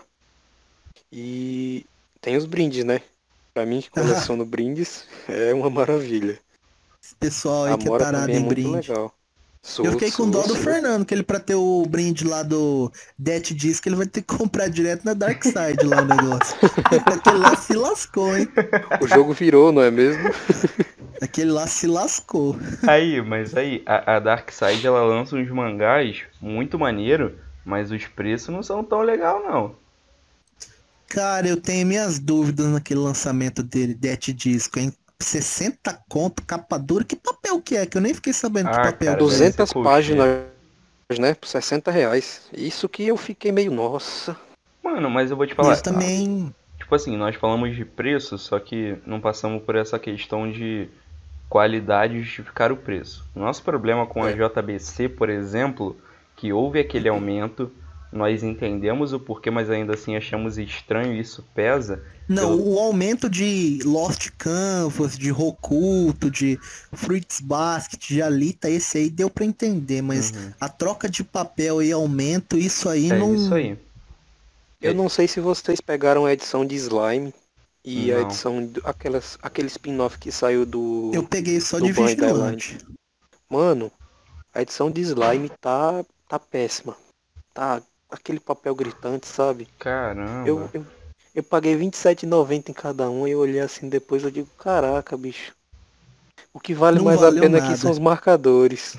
E tem os brindes, né? Pra mim que coleciono brindes, é uma maravilha. Esse pessoal A aí que é Amora tarado também é em muito brinde. legal. Eu Sou, fiquei com sou, dó do sou. Fernando, que ele pra ter o brinde lá do Det Disc, ele vai ter que comprar direto na Dark Side lá o negócio. Aquele lá se lascou, hein? O jogo virou, não é mesmo? Aquele lá se lascou. Aí, mas aí, a Darkside ela lança uns mangás muito maneiro, mas os preços não são tão legal não. Cara, eu tenho minhas dúvidas naquele lançamento dele, Det Disco, hein? 60 conto, capa dura. Que papel que é? Que eu nem fiquei sabendo que Ah, papel cara, que deve é. ser 200 colcheia. páginas, né? Por R$ 60. Isso que eu fiquei meio, nossa. Mano, mas eu vou te E eu falar, Sabe? também. tipo assim, nós falamos de preço, só que não passamos por essa questão de qualidade justificar o preço. Nosso problema com a É, JBC, por exemplo, que houve aquele aumento, nós entendemos o porquê, mas ainda assim achamos estranho e isso pesa Não, pelo... o aumento de Lost Canvas, de Hokuto, de Fruits Basket, de Alita, esse aí deu pra entender, mas Uhum. a troca de papel e aumento, isso aí É isso não. aí. eu não sei se vocês pegaram a edição de Slime e a Não. edição, aquele spin-off que saiu Eu peguei só do de Ban da Line. Vigilante. Mano, a edição de Slime tá péssima. Tá aquele papel gritante, sabe? Eu, Caramba. eu, eu paguei R$ 27,90 em cada um e eu olhei assim depois eu digo, caraca, bicho. O que vale Não mais a valeu pena aqui são nada. os marcadores.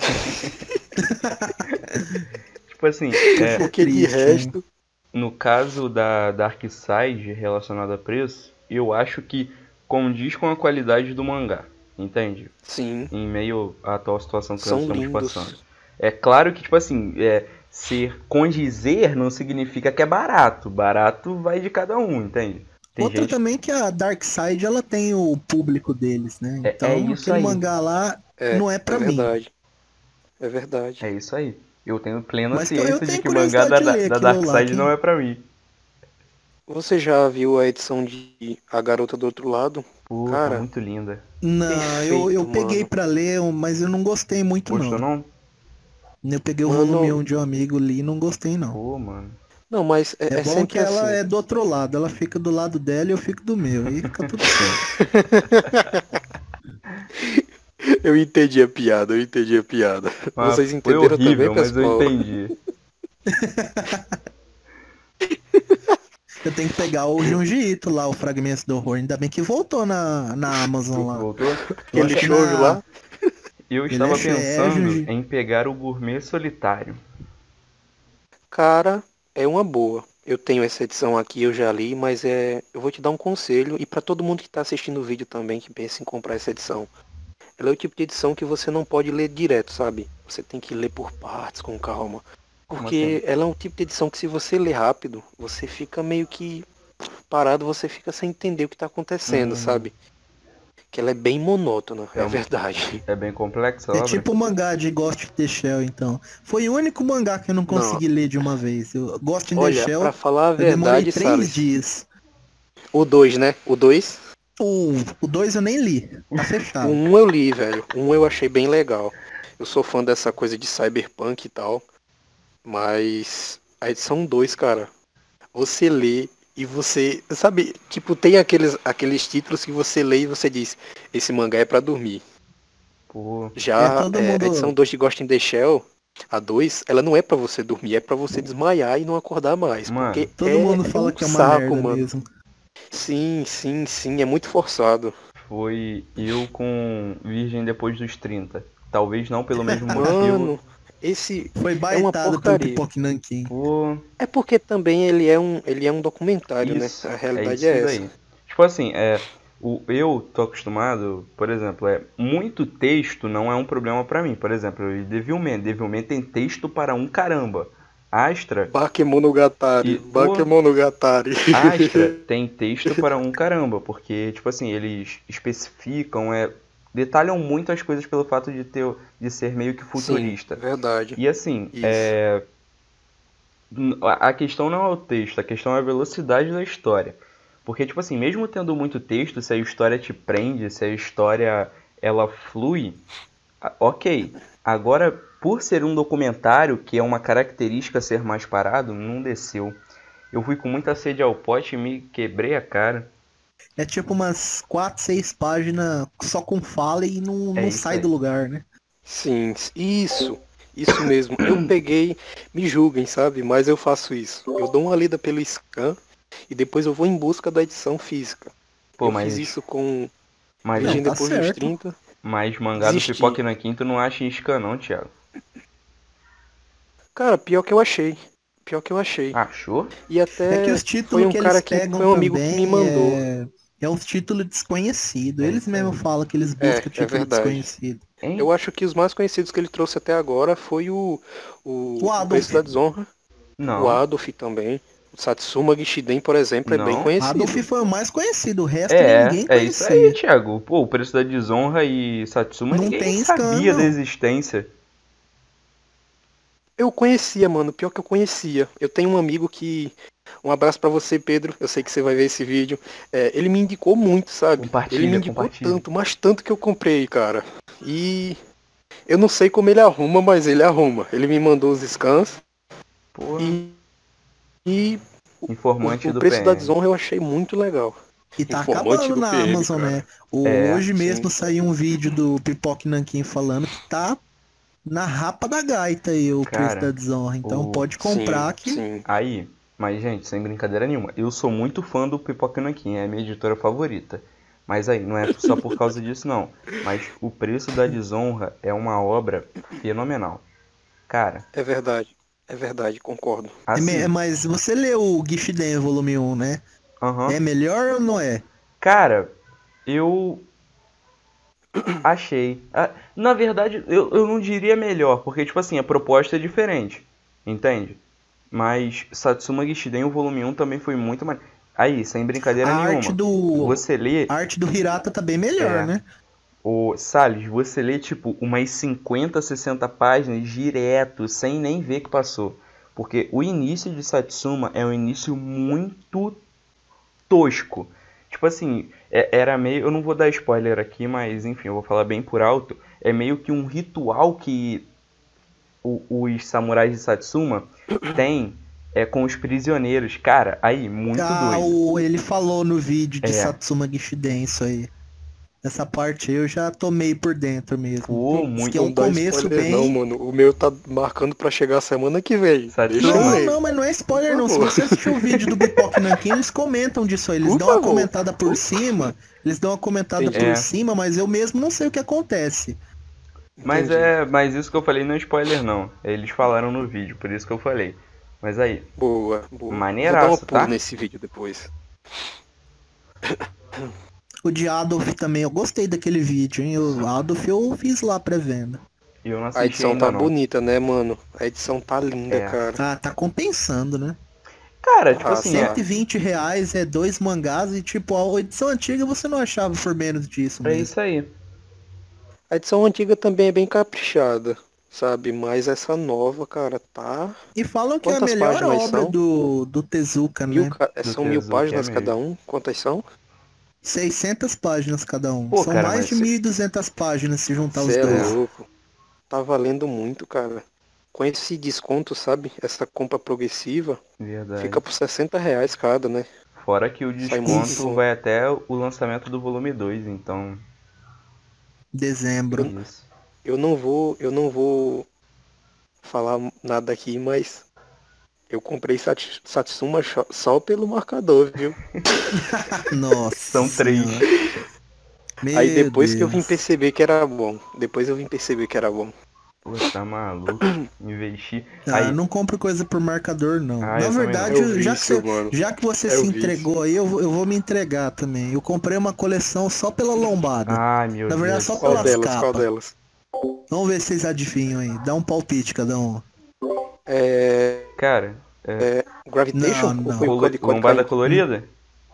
Tipo assim, É Porque de triste, hein? resto, no caso da Darkside relacionado a preço, eu acho que condiz com a qualidade do mangá, entende? sim, Em meio à atual situação que nós são estamos passando. lindos. É claro que, tipo assim, ser condizer não significa que é barato. Barato vai de cada um, entende? Tem Outra gente... também que a Dark Side, ela tem o público deles, né? É Então, isso aquele aí. mangá lá não é pra mim. verdade. É verdade. É isso aí. Eu tenho plena Mas eu ciência de tenho que mangá curiosidade de ler da aquilo Dark lá. Side não é pra mim. Você já viu a edição de A Garota do Outro Lado? Pô, tá Cara, muito linda. Não, eu perfeito, peguei mano. pra ler, mas eu não gostei muito Gostou não. não? Eu peguei o Mano, volume 1 de um amigo ali e não gostei não. Pô, mano. Não, mas É é bom sempre que ela assim. é do outro lado, ela fica do lado dela e eu fico do meu, aí fica tudo certo. Eu entendi a piada, eu entendi a piada. Ah, Vocês foi entenderam horrível, também, mas eu pessoal? entendi. Eu tenho que pegar o Junji Ito lá, o Fragmentos do Horror, ainda bem que voltou na Amazon lá. Voltou? Eu Aquele acho que shoujo lá? Eu Ele estava é pensando Junji. em pegar o Gourmet Solitário. Cara, é uma boa. Eu tenho essa edição aqui, eu já li, mas eu vou te dar um conselho, e pra todo mundo que tá assistindo o vídeo também, que pensa em comprar essa edição. Ela é o tipo de edição que você não pode ler direto, sabe? Você tem que ler por partes, com calma. Como Porque assim? ela é um tipo de edição que se você ler rápido, você fica meio que parado, você fica sem entender o que tá acontecendo, sabe? Que ela é bem monótona, é verdade. É bem complexa a É obra? tipo o mangá de Ghost in the Shell, então. Foi o único mangá que eu não consegui ler de uma vez. Eu, Ghost in the Olha, Shell, pra falar a eu demorei verdade, 3 Salles, dias. o 2, né? O 2, O 2 eu nem li, tá o fechado. 1 eu li, velho. O 1 eu achei bem legal. Eu sou fã dessa coisa de cyberpunk e tal. Mas a edição 2, cara, você lê e você, sabe, tipo, tem aqueles títulos que você lê e você diz, esse mangá é pra dormir. Pô, Já Todo a edição mundo. 2 de Ghost in the Shell, a 2, ela não é pra você dormir, é pra você desmaiar e não acordar mais. mano, Porque Todo mundo é fala um que é uma saco, merda mano. mesmo. Sim, sim, sim, é muito forçado. foi eu com Virgem depois dos 30. Talvez não pelo mesmo motivo. Mano, esse Foi é uma baitado pelo porcaria. Pipoque Nankin. Pô, É porque também ele é um documentário, né? isso, A é realidade isso é essa. daí. Tipo assim, eu tô acostumado, por exemplo, muito texto não é um problema pra mim. Por exemplo, Devilman tem texto para um caramba. Astra, Bakemonogatari, pô, Bakemonogatari. Astra tem texto para um caramba, porque, tipo assim, eles especificam, detalham muito as coisas pelo fato de ser meio que Sim, futurista. verdade. E assim, Isso. a questão não é o texto, a questão é a velocidade da história. Porque, tipo assim, mesmo tendo muito texto, se a história te prende, se a história ela flui, ok. Agora, por ser um documentário, que é uma característica ser mais parado, não desceu. Eu fui com muita sede ao pote e me quebrei a cara. É tipo umas 4, 6 páginas só com fala e É não isso sai aí. do lugar, né? Sim, isso mesmo. Eu peguei, me julguem, sabe? Mas eu faço isso. Eu dou uma lida pelo scan e depois eu vou em busca da edição física. Pô, Eu fiz isso com mas, Não, Virgem tá depois dos certo. 30. mas mangá do Desisti. Pipoca na Quinta não acha em scan não, Thiago. Cara, pior que eu achei. Pior que eu achei. Achou? E É que até os foi títulos um que cara eles que pegam foi um amigo que me também mandou. é uns títulos desconhecidos. É Eles isso mesmo aí. falam que eles buscam É título verdade. desconhecido. Hein? Eu acho que os mais conhecidos que ele trouxe até agora foi O o Adolf. Preço da Desonra, o Não, Adolf também. O Satsuma Gishiden, por exemplo, é bem não. conhecido. Adolf foi o mais conhecido, o resto ninguém É isso aí, conhecia. Thiago. Pô, o Preço da Desonra e Satsuma Não ninguém nem tem scan, sabia da não. existência. Eu conhecia, mano, pior que eu conhecia. Eu tenho um amigo que... Um abraço pra você, Pedro. Eu sei que você vai ver esse vídeo. Ele me indicou muito, sabe? Ele me indicou Compartilha. tanto, mas tanto que eu comprei, cara. E eu não sei como ele arruma, mas ele arruma. Ele me mandou os scans Porra, e informante o do Preço da PM. Desonra eu achei muito legal. E tá Informante acabando do na PM, Amazon, cara. né? É, Hoje mesmo sim. saiu um vídeo do Pipoque Nankin falando que tá na rapa da gaita aí o preço Cara, da desonra. Então pode comprar que Sim. Aí, mas gente, sem brincadeira nenhuma, eu sou muito fã do Pipoca Nanquim, é a minha editora favorita. Mas aí, não é só por causa disso não. Mas O Preço da Desonra é uma obra fenomenal. Cara, É verdade, concordo. assim, Mas você leu o Gifiden volume 1, né? aham. É melhor ou não é? Cara, eu achei. Na verdade, eu não diria melhor, porque, tipo assim, a proposta é diferente. entende? Mas Satsuma Gishiden, o volume 1 também foi muito mais... Aí, sem brincadeira A nenhuma. arte do. Você lê... A arte do Hirata tá bem melhor, É. né? Ô, Salles, você lê tipo umas 50, 60 páginas direto, sem nem ver que passou. Porque o início de Satsuma é um início muito tosco. Tipo assim, era meio. Eu não vou dar spoiler aqui, mas enfim, eu vou falar bem por alto. É meio que um ritual que os samurais de Satsuma têm com os prisioneiros. Cara, aí, muito doido. Ele falou no vídeo de É. Satsuma Gishiden isso aí. Essa parte aí eu já tomei por dentro mesmo. Pô, Diz muito que é um Não dá começo spoiler bem. não, mano. O meu tá marcando pra chegar semana que vem. Sabe Deixa tudo? eu ler. Não, mas não é spoiler Por não. Se favor. você assistiu o vídeo do Bipoque Nankin, eles comentam disso aí. Eles Por dão uma favor. comentada por cima. Eles dão uma comentada Entendi. por cima, mas eu mesmo não sei o que acontece. Mas Entendi. mas isso que eu falei não é spoiler não. Eles falaram no vídeo, por isso que eu falei. Mas aí, Boa, boa. Maneiraço, Vou dar uma pulo tá? nesse vídeo depois. O de Adolf também, eu gostei daquele vídeo, hein? O Adolf eu fiz lá pré-venda. eu não A assisti edição ainda tá não. bonita, né, mano? A edição tá linda, É. cara. Ah, tá compensando, né? Cara, tipo Ah, assim, tá. R$120 é 2 mangás e tipo, a edição antiga você não achava por menos disso é mesmo. isso aí. A edição antiga também é bem caprichada, sabe? Mas essa nova, cara, tá... E falam que é a Quantas melhor páginas obra são? do Tezuka, né? São Do 1000 Tezuka, páginas é cada mesmo. um? Quantas são? 600 páginas cada um. Pô, São cara, mais mas de cê- 1.200 páginas se juntar os Cê é dois. louco. Tá valendo muito, cara. Com esse desconto, sabe? Essa compra progressiva, Verdade. fica por R$60 cada, né? Fora que o Sai muito desconto bom. vai até o lançamento do volume 2, então. Dezembro. Isso. Eu não vou falar nada aqui, mas eu comprei Satsuma só pelo marcador, viu? Nossa. São 3. Senhora. Meu Aí depois que eu vim Deus. perceber que era bom. Pô, tá maluco. Investir. Ah, Aí, não compro coisa por marcador, não. Ah, Na eu também verdade, não. É o já vício, mano. já que você É se o vício. entregou aí, eu vou me entregar também. Eu comprei uma coleção só pela lombada. ai meu Na verdade, Deus. só Qual pelas delas? Qual capas. delas? Vamos ver se vocês adivinham aí. Dá um palpite cada um. É... Cara, Não, Gravitation? não. Ou foi o Code lombada Kain? colorida?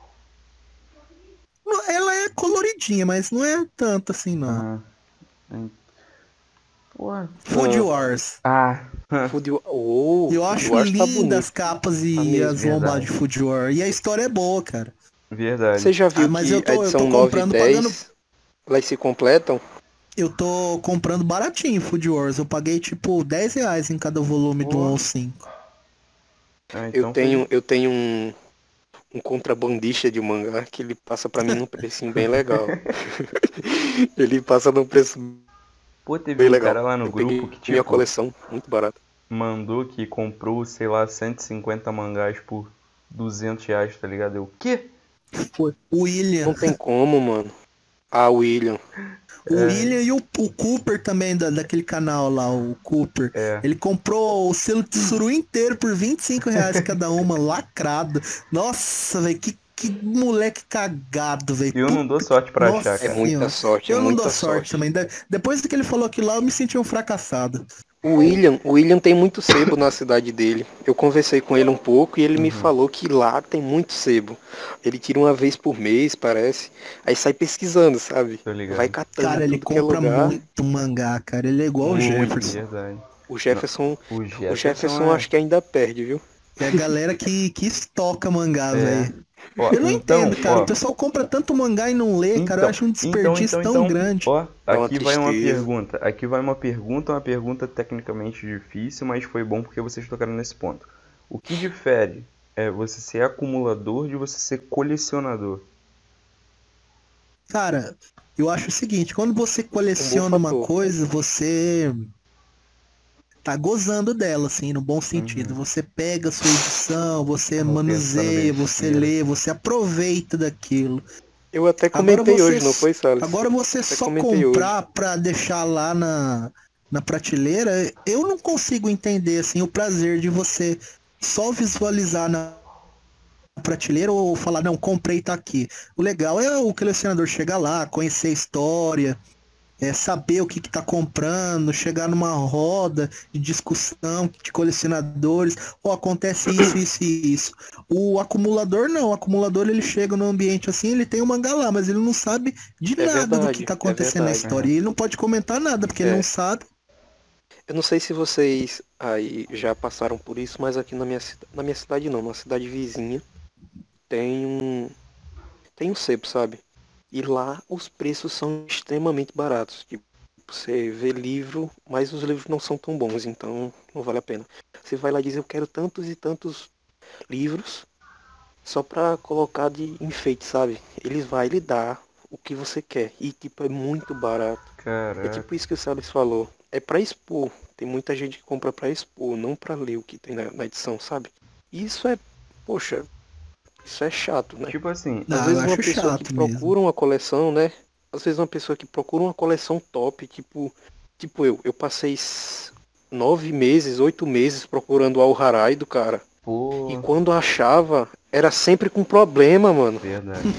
Ela é coloridinha, mas não é tanto assim, não. Ah. Pô. Food Wars. Ah. Oh, Eu Food acho Wars tá linda as bonito. capas e Tá mesmo, as lombadas de verdade. Food Wars. E a história é boa, cara. Verdade. Você já viu mas que eu tô a edição 9 e comprando 10 pagando. elas se completam? Eu tô comprando baratinho Food Wars. Eu paguei tipo R$10 em cada volume do 1 ao 5. Ah, então Eu tenho um contrabandista de mangá que ele passa pra mim num precinho bem legal. Ele passa num preço Pô, teve bem um legal. cara lá no Eu grupo peguei que, minha tipo, coleção, muito barata. mandou que comprou, sei lá, 150 mangás por R$200, tá ligado? Eu, o quê? O William. Não tem como, mano. Ah, William. O William e o Cooper também, daquele canal lá, o Cooper. É. Ele comprou o selo Tsuru inteiro por R$25 cada uma, lacrado. Nossa, velho, que moleque cagado, velho. Eu não dou sorte pra Nossa achar, É cara. muita Senhora. sorte, Eu é não muita dou sorte também. Depois que ele falou aquilo lá, eu me senti um fracassado. O William tem muito sebo na cidade dele. Eu conversei com ele um pouco e ele me falou que lá tem muito sebo. Ele tira uma vez por mês, parece. Aí sai pesquisando, sabe? Tô ligado. Vai catando Cara, ele tudo que é compra lugar. muito mangá, cara. Ele é igual o Muito. Jefferson. Verdade. O Jefferson, O o Jefferson é... acho que ainda perde, viu? É a galera que estoca mangá, É. velho. Ó, Eu não então, entendo, cara. ó, O pessoal compra tanto mangá e não lê, cara. Eu acho um desperdício tão grande. Ó, Dá uma aqui vai uma tristeza. pergunta. Aqui vai uma pergunta tecnicamente difícil, mas foi bom porque vocês tocaram nesse ponto. O que difere você ser acumulador de você ser colecionador? Cara, eu acho o seguinte, quando você coleciona Um bom uma fator. coisa, você tá gozando dela, assim, no bom sentido. Você pega a sua edição, você Tava manuseia, pensando você besteira. lê, você aproveita daquilo. Eu até Agora comentei você- hoje, não foi, Salles? Agora você Até só comentei comprar pra deixar lá na prateleira, eu não consigo entender assim o prazer de você só visualizar na prateleira ou falar, não, comprei, tá aqui. O legal é o colecionador chegar lá, conhecer a história, saber o que tá comprando, chegar numa roda de discussão de colecionadores, acontece isso e isso. O acumulador não, o acumulador ele chega num ambiente assim, ele tem um mangá lá, mas ele não sabe de nada do que tá acontecendo na história. E ele não pode comentar nada, porque ele não sabe. Eu não sei se vocês aí já passaram por isso, mas aqui na minha cidade não, na cidade vizinha, tem um sebo, sabe? E lá os preços são extremamente baratos. Tipo, você vê livro, mas os livros não são tão bons, então não vale a pena. Você vai lá e diz, eu quero tantos e tantos livros só pra colocar de enfeite, sabe? Eles vão lhe dar o que você quer. E tipo, é muito barato. Caraca. É tipo isso que o Salles falou. É pra expor. Tem muita gente que compra pra expor, não pra ler o que tem na edição, sabe? E isso é, poxa, isso é chato, né? Tipo assim, Às vezes uma pessoa que procura uma coleção, né? Às vezes uma pessoa que procura uma coleção top, tipo eu passei 9 meses, 8 meses procurando o Al-Harai do cara. pô, E quando achava, era sempre com problema, mano. verdade.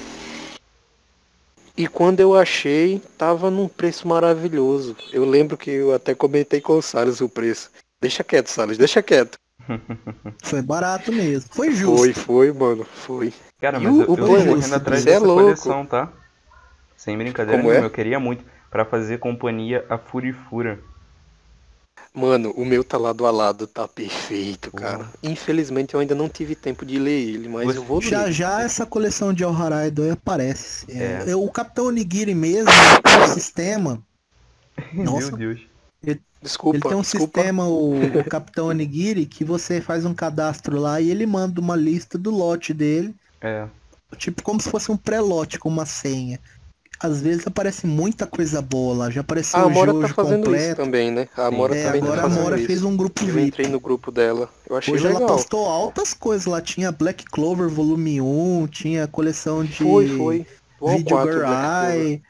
E quando eu achei, tava num preço maravilhoso. Eu lembro que eu até comentei com o Salles o preço. Deixa quieto, Salles, deixa quieto. Foi barato mesmo. Foi justo. Foi, mano, foi. Cara, E mas eu tô Planner, correndo atrás você é dessa louco. coleção, tá? Sem brincadeira Como nenhuma, é? eu queria muito pra fazer companhia a Furifura. Mano, o meu tá lado a lado, tá perfeito, cara. Infelizmente eu ainda não tive tempo de ler ele, mas eu vou ler. Já essa coleção de Al-Harai aparece. É. O Capitão Onigiri mesmo, ele tem um sistema. Nossa, Meu Deus. Desculpa, ele tem um sistema, o Capitão Onigiri, que você faz um cadastro lá e ele manda uma lista do lote dele. É. Tipo como se fosse um pré-lote com uma senha. Às vezes aparece muita coisa boa lá. Já apareceu A o Amora Jojo tá fazendo completo. isso também, né? A Amora também agora tá a fazendo Amora isso. fez um grupo Eu VIP. entrei no grupo dela. Eu achei Hoje legal. ela postou altas coisas lá. Tinha Black Clover Volume 1, tinha coleção de Foi. Do Video Al4, Girl Black Clover. Eye.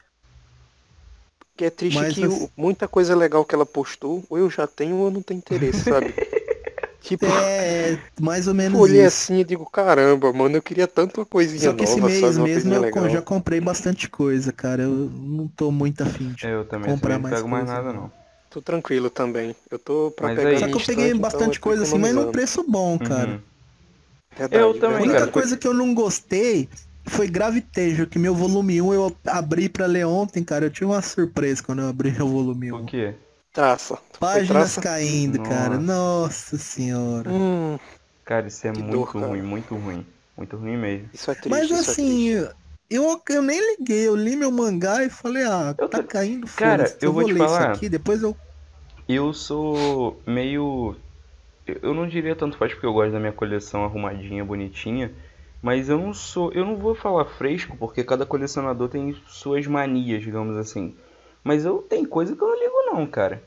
Que é triste Mas que muita coisa legal que ela postou, ou eu já tenho ou eu não tenho interesse, sabe? Tipo, mais ou menos olhei isso. assim e digo, caramba, mano, eu queria tanto uma coisinha Só que nova, esse mês sabe? Uma mesmo coisinha legal. já comprei bastante coisa, cara. Eu não tô muito afim de Eu também comprar não mais pego mais coisa. nada, não. Tô tranquilo também. Eu tô pra Mas pegar aí- Só minha que eu peguei estante, bastante então coisa eu tô assim, mas num economizando. preço bom, cara. Uhum. Verdade, Eu também, A única cara. coisa que eu não gostei foi Gravitation, que meu volume 1 eu abri pra ler ontem, cara. Eu tive uma surpresa quando eu abri meu volume 1. O quê? Traça. Foi Páginas traça? caindo, cara. Nossa. Nossa senhora. Cara, isso é Que muito dor, cara. ruim, muito ruim. Muito ruim mesmo. Isso é triste, Mas isso é assim, triste. eu nem liguei. Eu li meu mangá e falei, Eu tá tô- caindo, Cara, foda-se. eu vou te ler isso falar. aqui, depois eu... Eu sou meio. Eu não diria tanto faz porque eu gosto da minha coleção arrumadinha, bonitinha. Mas eu não sou. Eu não vou falar fresco, porque cada colecionador tem suas manias, digamos assim. Mas eu tenho coisa que eu não ligo não, cara.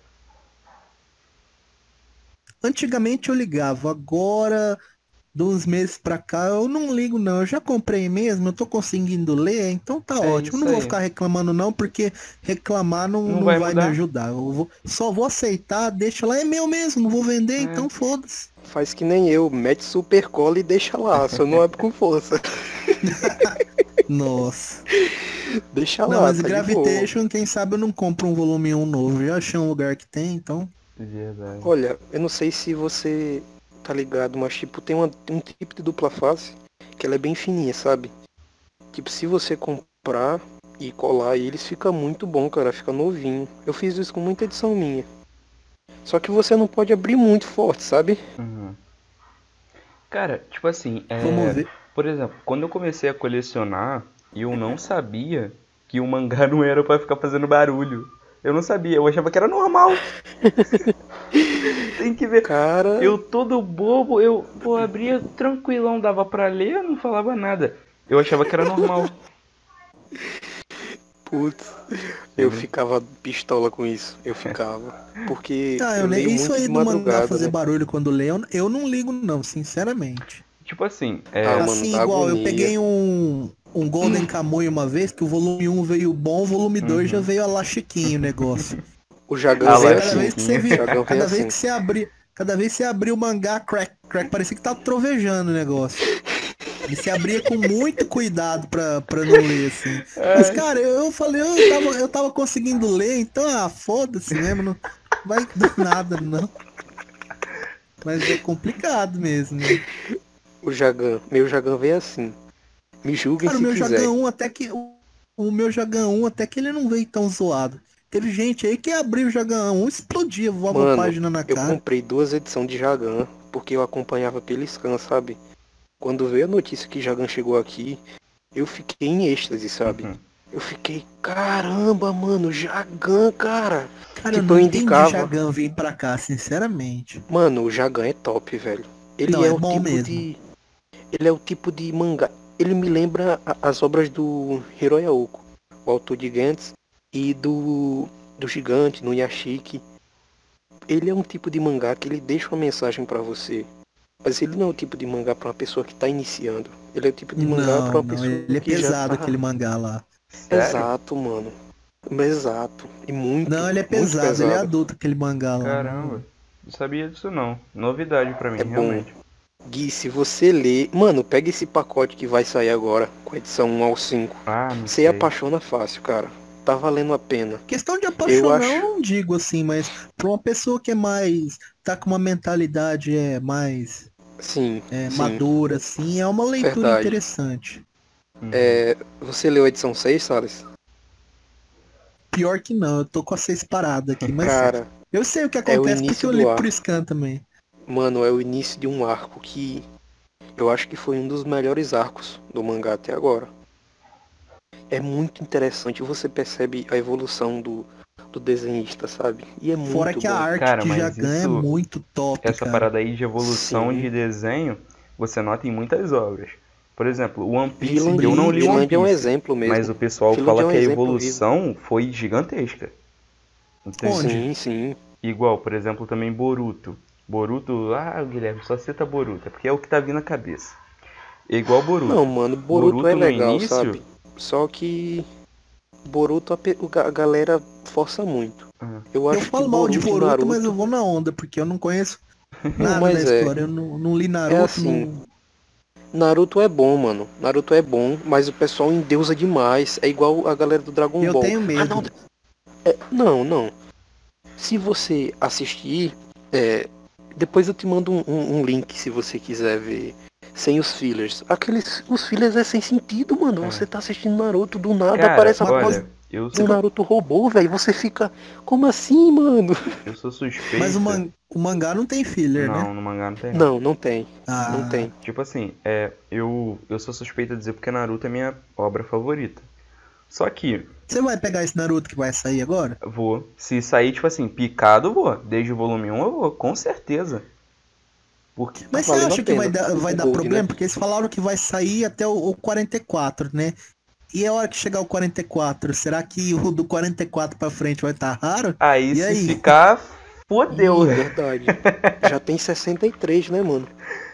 Antigamente eu ligava, agora, de uns meses pra cá, eu não ligo não. Eu já comprei mesmo, eu tô conseguindo ler, então tá É ótimo. Eu isso não vou aí. ficar reclamando não, porque reclamar Não não vai vai me mudar. ajudar. Só vou aceitar, deixa lá, é meu mesmo, não vou vender, então foda-se. Faz que nem eu, mete super cola e deixa lá, só não abre com força. Nossa. Deixa Não, lá, mas tá de boa. Gravitation, quem sabe eu não compro um volume 1 novo. Já achei um lugar que tem, então... Verdade. Olha, eu não sei se você tá ligado, mas tipo, tem um tipo de dupla face que ela é bem fininha, sabe? Tipo, se você comprar e colar eles, fica muito bom, cara, fica novinho. Eu fiz isso com muita edição minha. Só que você não pode abrir muito forte, sabe? Uhum. Cara, tipo assim, Vamos ver. por exemplo, quando eu comecei a colecionar, eu não sabia que o mangá não era pra ficar fazendo barulho. Eu não sabia, eu achava que era normal. Tem que ver. Cara, Eu todo bobo, pô, abria tranquilão, dava pra ler, não falava nada. Eu achava que era normal. putz, eu ficava pistola com isso. Eu ficava. Porque eu leio isso muito aí de do mangá madrugada, fazer né? barulho quando lê, eu não ligo não, sinceramente. Tipo assim, Mano, Assim, dá igual, eu agonia. peguei um Golden Kamuy uma vez, que o volume 1 veio bom, o volume 2 já veio a lá chiquinho o negócio. O Jagão Ah, vem lá, Cada vez que você chiquinho. via, Jagão vem cada vez assim. que você abria o mangá, crack, parecia que tava trovejando o negócio. Ele se abria com muito cuidado pra não ler, assim. Mas, cara, eu falei, eu tava conseguindo ler, então, foda-se mesmo, não vai dar nada, não. Mas é complicado mesmo, né? Meu Jagan veio assim. Me julguem Cara, se quiser. O meu Jagan 1 até que ele não veio tão zoado. Teve gente aí que abriu o Jagan 1, explodia, voava a Mano, página na eu cara. comprei 2 edições de Jagan, porque eu acompanhava pelo Scan, sabe? Quando veio a notícia que Jagan chegou aqui, eu fiquei em êxtase, sabe? Uhum. Eu fiquei, caramba, mano, Jagan, cara. Cara, eu Tipo, não eu entendi indicava. Jagan vir pra cá, sinceramente. Mano, o Jagan é top, velho. Ele Não, é é o bom tipo mesmo. de. Ele é o tipo de mangá. Ele me lembra as obras do Hiroya Oko, o autor de Gantz, e do Gigante, no Yashiki. Ele é um tipo de mangá que ele deixa uma mensagem pra você. Mas ele não é o tipo de mangá pra uma pessoa que tá iniciando. Ele é o tipo de mangá pra uma Não, pessoa ele é que já pesado tá. aquele mangá lá. Sério? Exato, mano. Exato. E muito, Não, ele é muito pesado, ele é pesado. adulto aquele mangá lá. Caramba. Não sabia disso não. Novidade pra mim, É bom. realmente. Gui, se você ler. Mano, pega esse pacote que vai sair agora, com a edição 1 ao 5. Ah, não Você sei. apaixona fácil, cara. Tá valendo a pena. Questão de Eu apaixonar, eu acho. não digo assim, mas pra uma pessoa que é mais. Tá com uma mentalidade mais Sim, sim. madura, assim, é uma leitura Verdade. interessante. Uhum. Você leu a edição 6, Salles? Pior que não, eu tô com a 6 parada aqui, mas Cara, eu sei o que o acontece porque início eu do li arco. por scan também. Mano, é o início de um arco que eu acho que foi um dos melhores arcos do mangá até agora. É muito interessante, você percebe a evolução do desenhista, sabe? E é muito Fora que a bom. arte Cara, de mas Jagan é isso- muito top, Essa cara. parada aí de evolução Sim. de desenho, você nota em muitas obras. Por exemplo, o One Piece, Vinland, eu não li One Vinland é um Piece, exemplo mesmo. mas o pessoal Vinland fala é um que a exemplo evolução foi gigantesca. Entende? Onde? Sim, sim. Igual, por exemplo, também Boruto. Boruto, Guilherme, só cita Boruto, é porque é o que tá vindo na cabeça. É igual Boruto. Não, mano, Boruto é no legal, início, sabe? Só que Boruto a galera força muito. Eu Eu acho que falo mal de Boruto e Boruto, Naruto... mas eu vou na onda, porque eu não conheço Não, nada da mas história. Eu não li Naruto, é assim. não... Naruto é bom, mano. Naruto é bom, mas o pessoal endeusa demais. É igual a galera do Dragon Eu Ball. tenho medo. Não. Se você assistir, depois eu te mando um link se você quiser ver. Sem os fillers. Os fillers é sem sentido, mano. Você tá assistindo Naruto, do nada cara, aparece a voz olha, eu do Naruto robô, velho. Você fica, como assim, mano? sou suspeito. Mas o mangá não tem filler, né? Não, no mangá não tem. Não tem. Não tem. Tipo assim, eu sou suspeito a dizer porque Naruto é minha obra favorita. Só que, Você vai pegar esse Naruto que vai sair agora? vou. Se sair, tipo assim, picado, eu vou. Desde o volume 1 eu vou, com certeza. Porque. Mas Tá você valendo acha a que vai pena. dar Gold, problema? né? Porque eles falaram que vai sair até o 44, né? E a hora que chegar o 44, será que o do 44 pra frente vai estar raro? Aí, E se aí? ficar, fodeu. Verdade. Já tem 63, né, mano?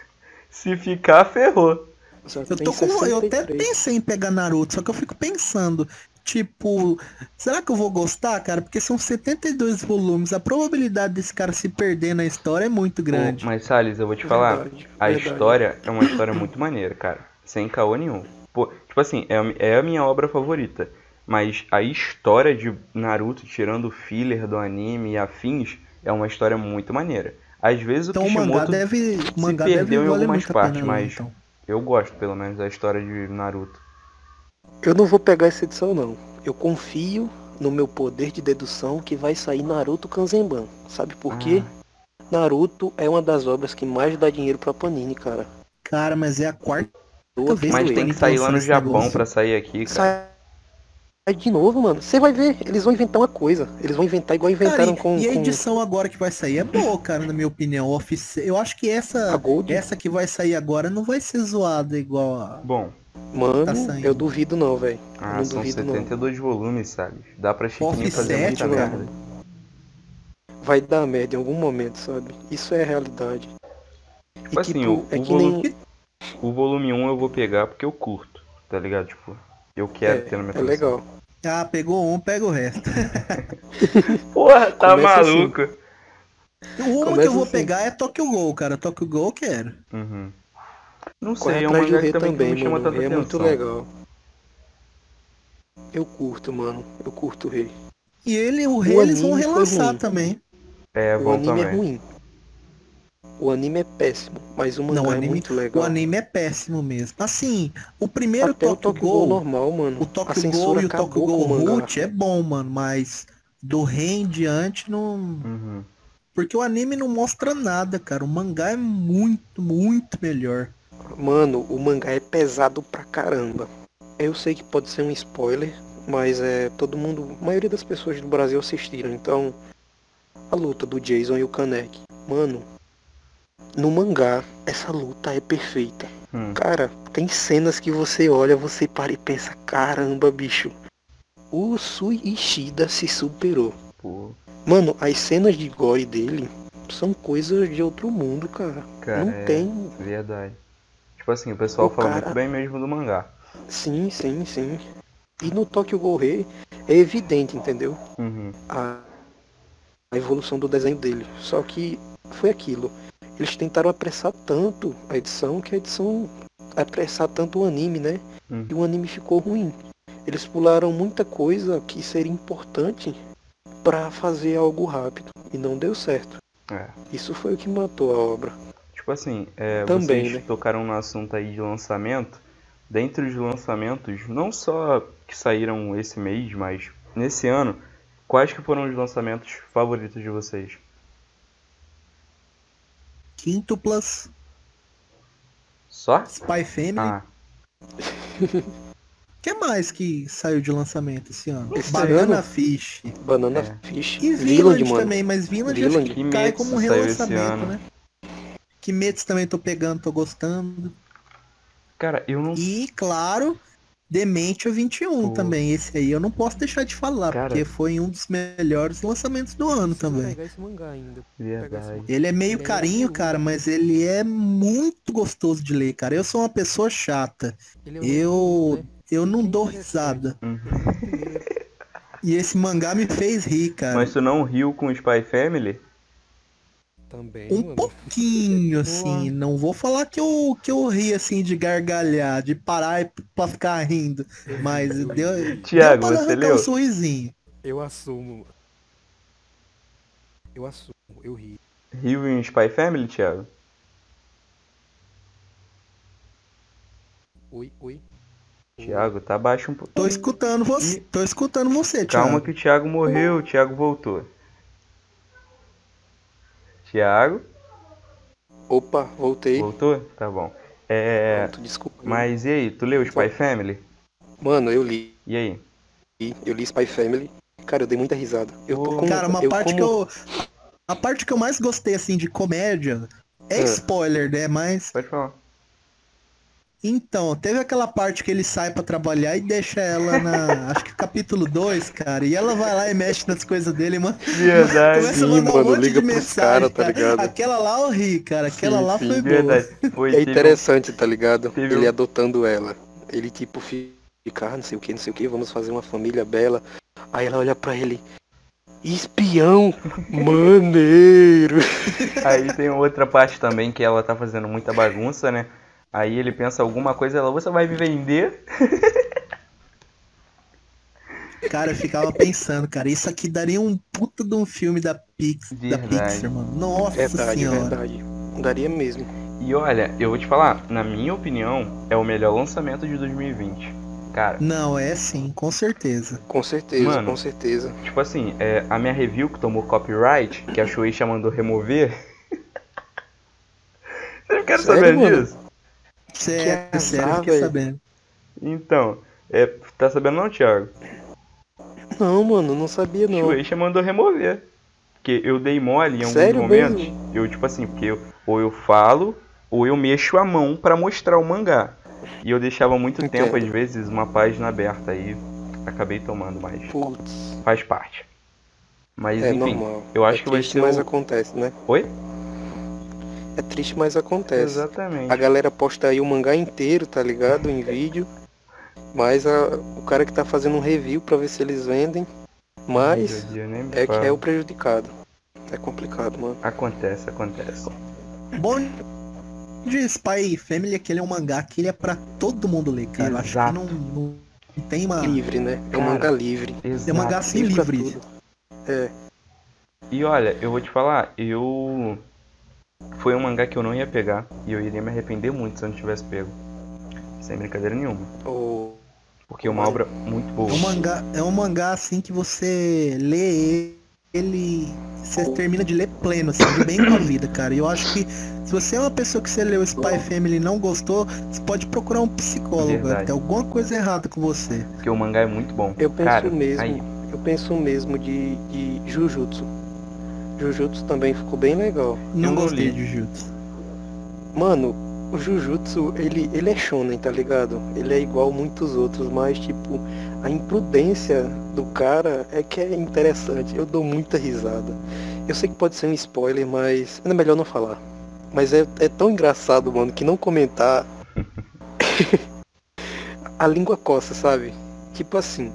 Se ficar, ferrou. Já Eu tem tô com. Eu até 63. pensei em pegar Naruto, só que eu fico pensando, tipo, será que eu vou gostar, cara? Porque são 72 volumes, a probabilidade desse cara se perder na história é muito grande. Mas, Salles, eu vou te falar, Verdade. a história é uma história muito maneira, cara. Sem caô nenhum. Pô, tipo assim, é a minha obra favorita. Mas a história de Naruto, tirando o filler do anime e afins, é uma história muito maneira. Às vezes Então o o mangá Kishimoto deve se perdeu em valer algumas muito a pena partes, ler, mas então. eu gosto, pelo menos, da história de Naruto. Eu não vou pegar essa edição, não. Eu confio no meu poder de dedução que vai sair Naruto Kanzenban. Sabe por quê? Naruto é uma das obras que mais dá dinheiro pra Panini, cara. Cara, mas é a quarta Tô vez Mas que tem Panini que sair lá lançando no esse Japão negócio. pra sair aqui, cara. Sai de novo, mano. Você vai ver. Eles vão inventar uma coisa. Eles vão inventar igual Cara, inventaram com e a edição agora que vai sair é boa, cara, na minha opinião. Eu acho que a essa Gold. que vai sair agora não vai ser zoada igual a... Bom, Mano, tá saindo. eu duvido não, velho. Eu não são duvido 72 volumes, sabe? Dá pra Chiquinho Offset, fazer muita mano. merda. não. Vai dar merda em algum momento, sabe? Isso é a realidade. Tipo assim, o volume 1 eu vou pegar porque eu curto, tá ligado? Tipo, eu quero ter na minha É coleção. legal. Ah, pegou um, pega o resto. Porra, tá Começa assim. maluco? Uma que Começa eu vou assim. pegar é Tokyo Ghoul, cara. Tokyo Ghoul eu quero. Uhum. Não Corre sei, é um atrás do mangá que Rei também que não também, me chama mano. O tanta Rei é muito atenção. legal. Eu curto, mano. Eu curto o Rei. E o O Rei eles vão anime foi relançar ruim. também. É, O bom anime é também. ruim. O anime é péssimo, mas o Não, mangá é muito o legal. anime é péssimo mesmo. Assim, o primeiro Até o Tokyo Tokyo Ghoul Ghoul, normal, mano. o A Tokyo Ghoul censura e o Tokyo acabou com Ghoul o mangá. Root é bom, mano, mas do Rei em diante não. Uhum. Porque o anime não mostra nada, cara. O mangá é muito, muito melhor. Mano, o mangá é pesado pra caramba. Eu sei que pode ser um spoiler, mas todo mundo, a maioria das pessoas do Brasil assistiram. Então, a luta do Jason e o Kaneki. Mano, no mangá, essa luta é perfeita. Cara, tem cenas que você olha, você para e pensa, caramba, bicho. O Sui Ishida se superou. Pô, Mano, as cenas de gore dele são coisas de outro mundo, cara. cara, Não é tem. verdade. Tipo assim, o pessoal O fala muito cara. bem mesmo do mangá. Sim, sim, sim. E no Tokyo Ghoul Rei é evidente, entendeu? Uhum. A evolução do desenho dele. Só que foi aquilo. Eles tentaram apressar tanto a edição que a edição apressar tanto o anime, né? E o anime ficou ruim. Eles pularam muita coisa que seria importante pra fazer algo rápido e não deu certo. É. Isso foi o que matou a obra. Tipo assim, Também, vocês né? tocaram no assunto aí de lançamento. Dentre os lançamentos, não só que saíram esse mês, mas nesse ano, quais que foram os lançamentos favoritos de vocês? Quíntuplas, Só? Spy Family. Ah, O que mais que saiu de lançamento esse ano? Esse Banana ano? Fish. Banana É. Fish. E Vinland, Vinland mano. também, mas Vinland acho que Vinland. cai como um Kimetsu saiu esse relançamento, ano. né? Kimetsu também tô pegando, tô gostando. cara, eu não. E, claro, Dementia 21 Pô. também. Esse aí eu não posso deixar de falar, Cara. porque foi um dos melhores lançamentos do ano também. Pegar esse mangá ainda. Verdade. Ele é meio Ele é carinho, meio cara, mas ele é muito gostoso de ler, cara. Eu sou uma pessoa chata. Ele é Eu não Bem dou interessante. risada. Uhum. E esse mangá me fez rir, cara. Mas tu não riu com Spy Family? Também, Um mano. pouquinho, assim. Não vou falar que eu ri, assim, de gargalhar, de parar pra ficar rindo. Mas deu Thiago, pra você arrancar leu? um sorrisinho. Eu assumo. Eu ri. Riu em Spy Family, Thiago? Oi. Thiago, tá baixo um pouco. Tô escutando você, Calma Thiago. que o Thiago morreu, o Thiago voltou. Thiago, Opa, voltei. voltou? Tá bom. Pronto, desculpa. Mas e aí, tu leu Spy Family? Mano, eu li. E aí? Eu li Spy Family. Cara, eu dei muita risada. Cara, a parte que eu mais gostei, assim, de comédia é spoiler, né? Mas, Pode falar. então, teve aquela parte que ele sai pra trabalhar e deixa ela acho que capítulo 2, cara, e ela vai lá e mexe nas coisas dele, mano. Verdade. Começa a Sim, mandar um mano, monte liga de pros mensagem, cara, tá ligado? Aquela lá eu ri, cara, aquela Sim, lá sim, foi Verdade. boa. Foi, É teve um- interessante, tá ligado? teve Ele um- adotando ela. Ele tipo fica, não sei o que, vamos fazer uma família bela. Aí ela olha pra ele. Espião maneiro. Aí tem outra parte também que ela tá fazendo muita bagunça, né? Aí ele pensa alguma coisa, ela, você vai me vender? Cara, eu ficava pensando, cara, isso aqui daria um puta de um filme da Verdade. Pixar, mano. Nossa Verdade, senhora. verdade. Daria mesmo. E olha, eu vou te falar, na minha opinião, é o melhor lançamento de 2020. Cara, Não, é sim, com certeza. Com certeza, Mano. com certeza. tipo assim, a minha review que tomou copyright, que a Shueisha mandou remover. Vocês não querem Sério, saber mano? disso? Sério, azar, sério, fiquei velho. sabendo. Então, tá sabendo não, Thiago? Não, mano, não sabia não. Shueisha mandou remover. Porque eu dei mole em alguns Sério momentos. mesmo? Eu, tipo assim, porque ou eu falo, ou eu mexo a mão pra mostrar o mangá. E eu deixava muito Entendo. tempo, às vezes, uma página aberta. Aí acabei tomando, mas Putz, faz parte. Mas é enfim, normal. eu acho é que vai triste, ser mas o... acontece, né? Oi? É triste, mas acontece. Exatamente. A galera posta aí o mangá inteiro, tá ligado? Em vídeo. Mas o cara que tá fazendo um review pra ver se eles vendem. Mas Meu Deus, nem me é que fala. é o prejudicado. É complicado, mano. Acontece. Bom, de Spy Family é que ele é um mangá que ele é pra todo mundo ler, cara. Eu acho que Exato. não tem uma... Livre, né? É um Cara, mangá livre. É um mangá assim Livre pra livre. tudo. É. E olha, eu vou te falar, foi um mangá que eu não ia pegar e eu iria me arrepender muito se eu não tivesse pego. Sem brincadeira nenhuma. O... Porque é uma obra muito boa. É um mangá assim que você lê ele, você termina de ler pleno, assim, de bem com a vida, cara. E eu acho que se você é uma pessoa que você leu Spy Family e não gostou, você pode procurar um psicólogo. Verdade. Tem alguma coisa errada com você. Porque o mangá é muito bom. Eu penso Cara, mesmo. aí, Eu penso mesmo de Jujutsu. Jujutsu também ficou bem legal. Não não gostei li. de Jujutsu. Mano, o Jujutsu, ele é shonen, tá ligado? Ele é igual muitos outros, mas tipo, a imprudência do cara é que é interessante. Eu dou muita risada. Eu sei que pode ser um spoiler, mas é melhor não falar. Mas é tão engraçado, mano, que não comentar a língua coça, sabe? Tipo assim,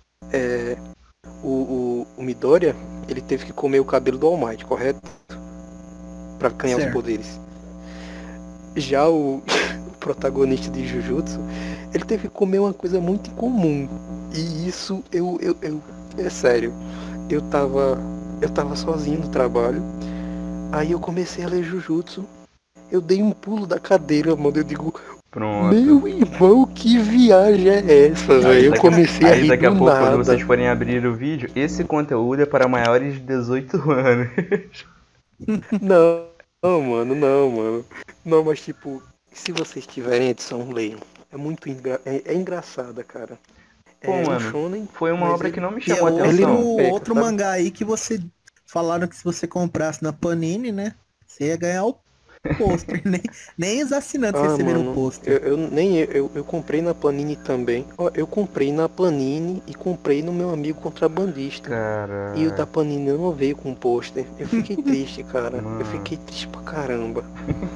o Midoriya, ele teve que comer o cabelo do All Might, correto? Pra ganhar os Certo. poderes. Já o protagonista de Jujutsu, ele teve que comer uma coisa muito incomum. E isso, é sério. Eu tava sozinho no trabalho. Aí eu comecei a ler Jujutsu. Eu dei um pulo da cadeira, mano. Eu digo, pronto. meu irmão, que viagem é essa, velho? Eu comecei a Aí rir daqui a do pouco, quando nada. vocês forem abrir o vídeo, esse conteúdo é para maiores de 18 anos. Não, mano. Não, mas tipo, se vocês tiverem edição, leiam. É muito engraçada, cara. Pô, É um mano, shonen, foi uma mas obra que não me Que é chamou a outro, ele atenção. não peca, outro sabe? mangá aí que você falaram que se você comprasse na Panini, né? Você ia ganhar o pôster. Nem os assinantes receberam o Mano, pôster. eu comprei na Panini também. Ó, eu comprei na Panini e comprei no meu amigo contrabandista. Cara, E o da Panini não veio com pôster. Eu fiquei triste, cara. Mano. Eu fiquei triste pra caramba.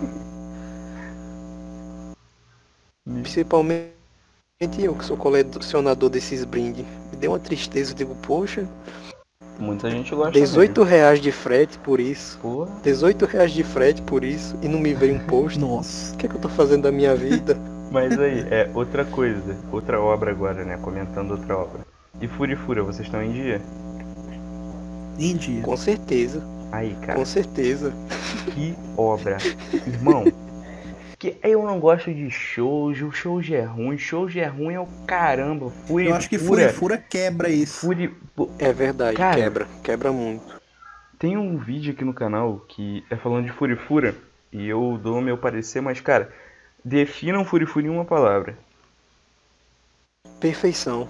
Principalmente eu, que sou colecionador desses brindes. Me deu uma tristeza. Eu digo, poxa, muita gente gosta R$18 de frete por isso. Pô, R$18 de frete por isso. E não me veio um pôster. Nossa. O que é que eu tô fazendo da minha vida? mas aí, outra coisa, outra obra agora, né? Comentando outra obra. E Furifura, vocês estão em dia? Em dia. Com certeza, Aí, cara, com certeza. que obra. Irmão, que eu não gosto de shoujo é ruim é o caramba. Eu acho que Furifura, Furifura quebra isso. É verdade, Cara, quebra muito. tem um vídeo aqui no canal que é falando de Furifura e eu dou o meu parecer, mas cara, definam Furifura em uma palavra. Perfeição.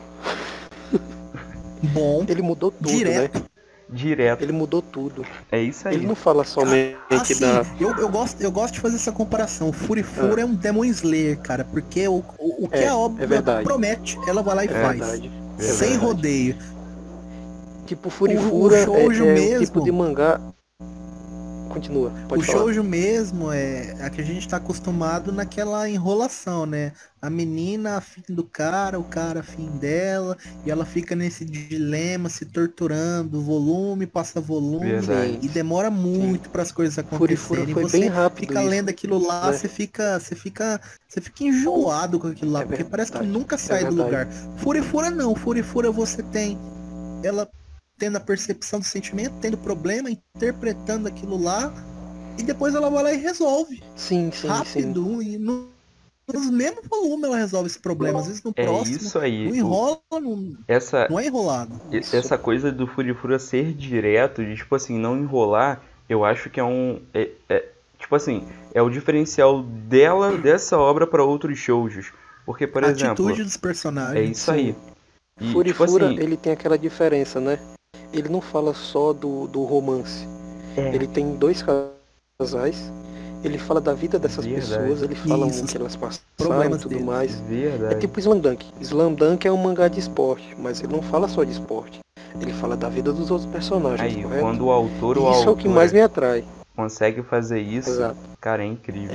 Bom. Ele mudou tudo, Direto. né? Direto. Ele mudou tudo. É isso aí. Ele não fala somente Assim, da... eu gosto de fazer essa comparação. Furifura é um Demon Slayer, cara, porque o que É, a obra é verdade. promete, ela vai lá e faz. Verdade. Sem verdade. rodeio. Tipo, Furifura shoujo é o mesmo. tipo de mangá... Continua, pode O falar. shoujo mesmo é a que a gente tá acostumado naquela enrolação, né? A menina afim do cara, o cara afim dela, e ela fica nesse dilema, se torturando, volume passa volume, Verdade. e demora muito para as coisas Furifura acontecerem. foi Você bem rápido fica isso, lendo aquilo lá, né? você fica enjoado com aquilo lá, É porque parece que verdade, nunca sai do lugar. verdade. Furifura não, Furifura você tem ela tendo a percepção do sentimento, tendo problema, interpretando aquilo lá, e depois ela vai lá e resolve. Sim. Rápido, e no mesmo volume ela resolve esse problema. Às vezes no É próximo, isso aí. não enrola, não Essa, é enrolado. essa coisa do Furifura ser direto, de tipo assim, não enrolar, eu acho que tipo assim, é o diferencial dessa obra para outros shoujos. Porque, por A exemplo, atitude dos personagens. é isso aí. E, tipo Furifura, assim, ele tem aquela diferença, né? Ele não fala só do romance. Ele tem dois casais. Ele fala da vida dessas Verdade. pessoas. Ele fala Isso, o que elas passaram e problemas tudo deles. mais. É verdade. tipo Slam Dunk. Slam Dunk é um mangá de esporte, mas ele não fala só de esporte. Ele fala da vida dos outros personagens, Aí, correto? quando o autor ou E a isso é o que mais me atrai. consegue fazer isso, Exato. cara, é incrível.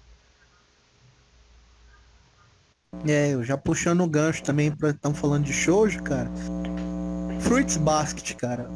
Eu já puxando o gancho também, estamos falando de shoujo, cara. Fruits Basket, cara.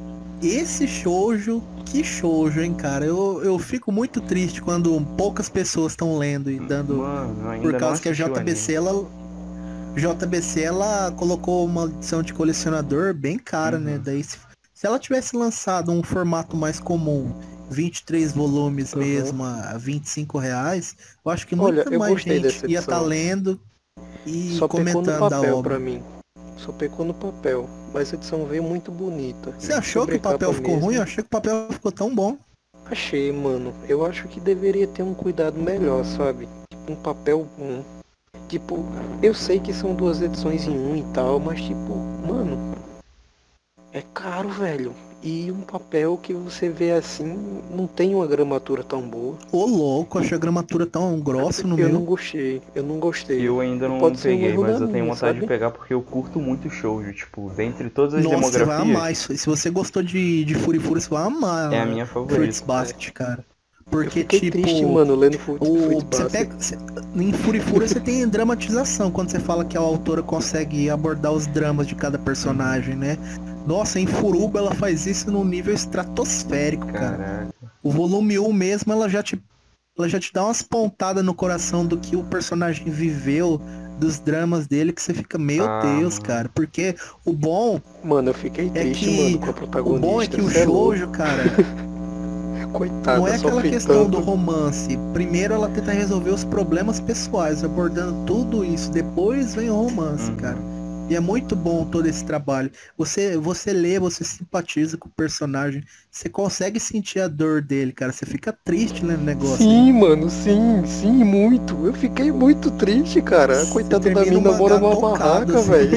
esse shoujo, que shoujo, hein, cara? Eu fico muito triste quando poucas pessoas estão lendo e dando. Mano, ainda Por não causa que a assisti o JBC, anime. ela colocou uma edição de colecionador bem cara, né? Uhum. Daí, se ela tivesse lançado um formato mais comum, 23 volumes Aham. mesmo, a R$ 25, eu acho que Olha, muita eu mais gostei gente dessa ia estar edição. lendo e Só pecou no comentando da papel pra obra. mim. Só pecou no papel. Mas a edição veio muito bonita. Você achou que o papel Sobrecapa ficou ruim? Eu mesmo. achei que o papel ficou tão bom. Achei, mano. Eu acho que deveria ter um cuidado melhor, sabe? Tipo, um papel bom. Tipo, eu sei que são 2 edições em um e tal, mas tipo, mano, é caro, velho. E um papel que você vê assim, não tem uma gramatura tão boa. Ô louco, achei a gramatura tão grossa no Eu meu. não gostei, eu não gostei. Eu ainda E não pode ser um peguei, erro mas na eu tenho minha, vontade de sabe? pegar porque eu curto muito shoujo. Tipo, dentre todas as Nossa, você vai demografias, amar isso. Se você gostou de Furifura, você vai é a amar minha Fruits favorita. Basket, cara. Eu Porque, fiquei triste, tipo, mano, lendo Fruits você Basket. pega. Em Furifura você tem dramatização, quando você fala que a autora consegue abordar os dramas de cada personagem, né? Nossa, em Furuba ela faz isso num nível estratosférico, cara. Caraca. O volume 1 mesmo, ela já te dá umas pontadas no coração do que o personagem viveu, dos dramas dele, que você fica, meu Ah, Deus, mano. cara. Porque o bom Mano, eu fiquei é triste, mano, que com a o bom é protagonista. que o Cê é louco. shoujo, cara, não Coitada, é aquela sofre questão do tanto. romance. Primeiro ela tenta resolver os problemas pessoais, abordando tudo isso. Depois vem o romance, cara. Uhum. E é muito bom todo esse trabalho. Você lê, você simpatiza com o personagem, você consegue sentir a dor dele, cara. Você fica triste lendo o negócio. Sim, mano, sim, muito. Eu fiquei muito triste, cara. A Você coitada da termina o mina mora mangá numa tocado, barraca, assim. velho.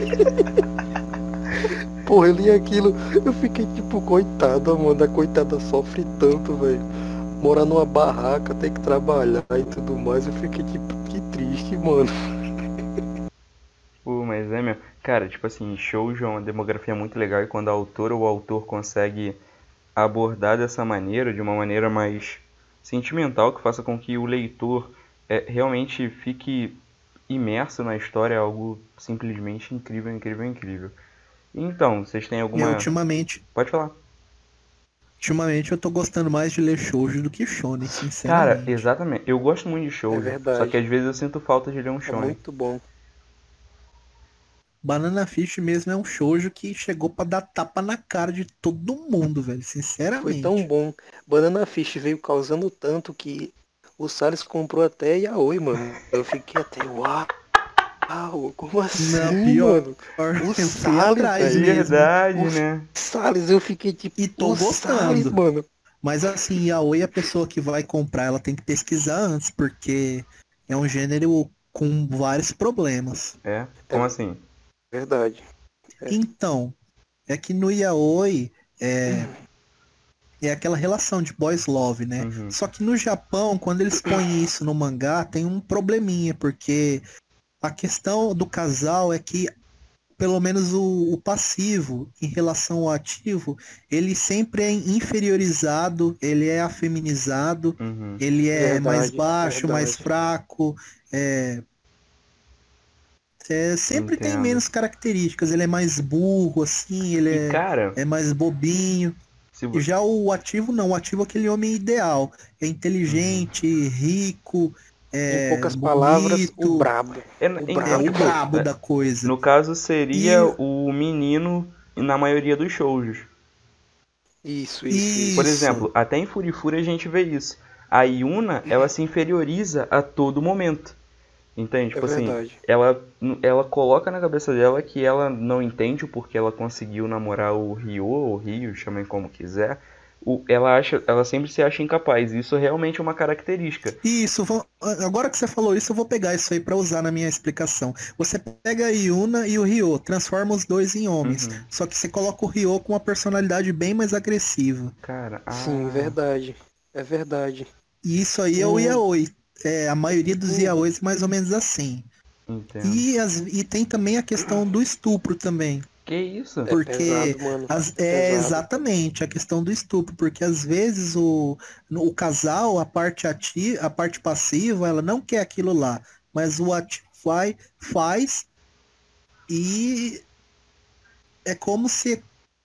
Porra, eu li aquilo, eu fiquei tipo, coitada, mano. A coitada sofre tanto, velho. Mora numa barraca, tem que trabalhar e tudo mais. Eu fiquei tipo, que triste, mano. Pô, mas é mesmo. Cara, tipo assim, shoujo é uma demografia muito legal e quando a autora ou o autor consegue abordar dessa maneira, de uma maneira mais sentimental, que faça com que o leitor realmente fique imerso na história, é algo simplesmente incrível, incrível, incrível. Então, vocês têm E alguma. Pode falar. ultimamente eu tô gostando mais de ler shoujo do que shonen, Cara, sinceramente. exatamente. Eu gosto muito de É shoujo, só que verdade. às vezes eu sinto falta de ler um É shonen. muito bom. Banana Fish mesmo é um shoujo que chegou pra dar tapa na cara de todo mundo, velho, Foi tão sinceramente. bom. Banana Fish veio causando tanto que o Salles comprou até Yaoi, mano. Eu fiquei até, uau, como Na assim, pior, mano? O eu fui Salles, atrás velho. mesmo. Verdade, O né? Salles, eu fiquei tipo, E tô o Salles, gostando. mano. Mas assim, Yaoi, a pessoa que vai comprar, ela tem que pesquisar antes, porque é um gênero com vários problemas. É? É Como assim? verdade. É. Então, é que no Yaoi é aquela relação de boys love, né? Uhum. Só que no Japão, quando eles põem isso no mangá, tem um probleminha, porque a questão do casal é que pelo menos o passivo em relação ao ativo, ele sempre é inferiorizado, ele é afeminizado, Uhum. ele é mais Verdade, baixo, mais verdade. fraco, é, sempre tem Entendo. menos características, ele é mais burro, assim, ele E é, cara, é mais bobinho. se E vo- já o ativo não, o ativo é aquele homem ideal, é Uhum. inteligente, rico, Em é poucas palavras, o bonito, brabo. O é Então, o brabo. tipo, brabo da coisa. no caso seria E o menino na maioria dos shoujos. Isso. Por isso. exemplo, até em Furifura a gente vê isso. A Yuna, ela se inferioriza a todo momento. Entende? É Tipo assim, verdade. ela coloca na cabeça dela que ela não entende o porquê ela conseguiu namorar o Ryo, ou Rio, chamem como quiser. Ela sempre se acha incapaz. Isso realmente é uma característica. Isso, agora que você falou isso, eu vou pegar isso aí pra usar na minha explicação. Você pega a Yuna e o Ryo, transforma os dois em homens, Uhum. só que você coloca o Ryo com uma personalidade bem mais agressiva. Cara, Sim, verdade. É verdade. E isso aí é o Hum, yaoi. A maioria dos tipo, yaois é mais ou menos assim. entendo. E tem também a questão do estupro também. Que isso? é Porque pesado, mano. É é pesado. exatamente a questão do estupro, porque às vezes o casal, a parte ativa, a parte passiva, ela não quer aquilo lá, mas o ativo faz e é como se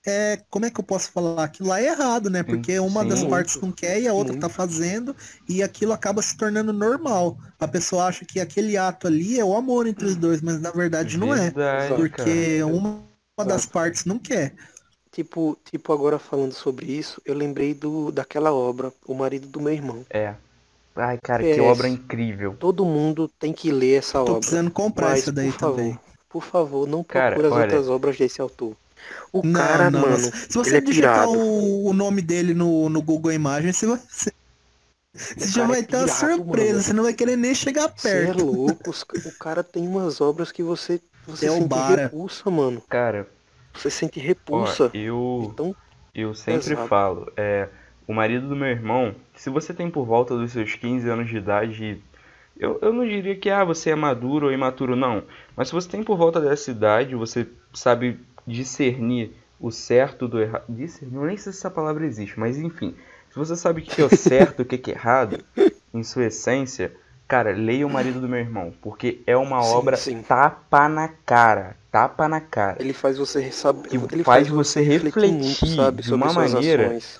como é que eu posso falar? Aquilo lá é errado, né? Porque uma das Sim. partes não quer e a outra tá Muito. fazendo, e aquilo acaba se tornando normal. A pessoa acha que aquele ato ali é o amor entre os dois, mas na verdade não é. Verdade, cara. Porque uma das Exato. partes não quer. Tipo, agora falando sobre isso, eu lembrei daquela obra, O Marido do Meu Irmão. É. Ai, cara, que PS, obra incrível. todo mundo tem que ler essa Tô obra. precisando comprar Mas, essa daí também. por favor, não Cara, procure as olha, outras obras desse autor. O Não, cara, não. mano, Se ele você é digitar pirado. o nome dele no Google Imagens, você O já cara é vai ter uma pirado, surpresa. mano. Você não vai querer nem chegar Você é perto. louco. O cara tem umas obras que você sente Bara. repulsa, mano. cara, Você sente ó, repulsa de eu tão sempre pesado. falo, o marido do meu irmão, se você tem por volta dos seus 15 anos de idade, eu não diria que você é maduro ou imaturo, não. Mas se você tem por volta dessa idade, você sabe discernir o certo do errado. Discernir, eu nem sei se essa palavra existe, mas enfim. Se você sabe o que é o certo e o que é errado, em sua essência, cara, leia O Marido do Meu Irmão, porque é uma Sim, obra sim. tapa na cara, tapa na cara. Ele faz você saber, Que ele faz faz você você refletir muito, refletir sabe, de sobre uma suas maneira, ações.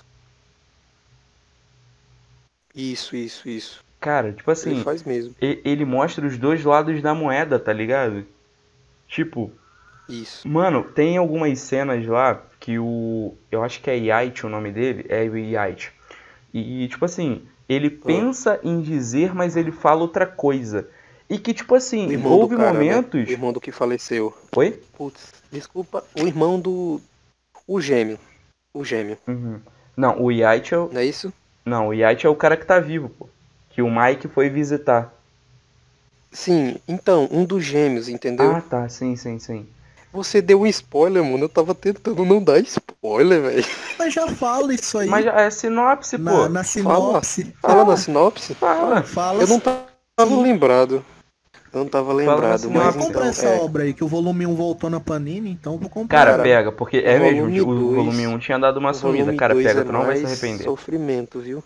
Isso. cara, tipo Ele assim, faz mesmo. ele mostra os dois lados da moeda, tá ligado? Tipo, Isso. mano, tem algumas cenas lá que eu acho que é Yait o nome dele, é o Yait. E tipo assim, ele Ah, pensa em dizer, mas ele fala outra coisa. E que tipo o assim, irmão do houve cara, né? O momentos. irmão do que faleceu. Oi? Putz, desculpa. O irmão do. O gêmeo. O gêmeo. Uhum. Não, o Yait é o. Não é isso? Não, o Yait é o cara que tá vivo, pô. Que o Mike foi visitar. Sim, então, um dos gêmeos, entendeu? Ah, tá, sim. Você deu um spoiler, mano. Eu tava tentando não dar spoiler, velho. Mas já fala isso Mas aí é sinopse, pô. na Fala. sinopse. Fala na sinopse. Fala. Fala Eu não tava sim. lembrado. Eu não tava Fala na lembrado, Eu vou mas sinopse. comprar então, essa obra aí, que o volume 1 voltou na Panini, então eu vou comprar Cara, ela. Cara, pega, porque o é mesmo, volume o volume 2, 1 tinha dado uma o sumida. volume Cara, 2 pega, é tu não vai se mais arrepender. sofrimento, viu?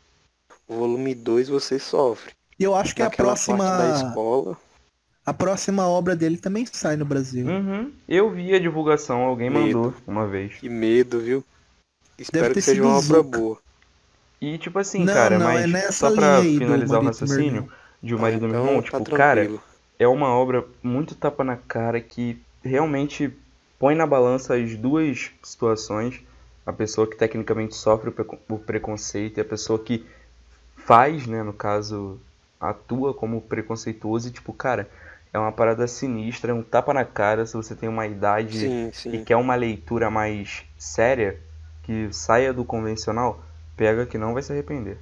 O volume 2 você sofre. E eu acho que Naquela parte da escola, a próxima obra dele também sai no Brasil. Uhum. Eu vi a divulgação, alguém mandou medo. uma vez. Que medo, viu? Deve Espero ter que seja sido uma o obra Zuka. boa. E tipo assim, Não, cara, não, é mas nessa só linha pra aí do finalizar o Marido do Meu raciocínio Irmão. de O Ah, Marido do Meu Irmão, então tá tipo, cara, tranquilo. é uma obra muito tapa na cara que realmente põe na balança as duas situações. A pessoa que tecnicamente sofre o preconceito e a pessoa que faz, né, no caso, atua como preconceituoso e tipo, cara, é uma parada sinistra, é um tapa na cara se você tem uma idade Sim, e sim. quer uma leitura mais séria, que saia do convencional, pega que não vai se arrepender.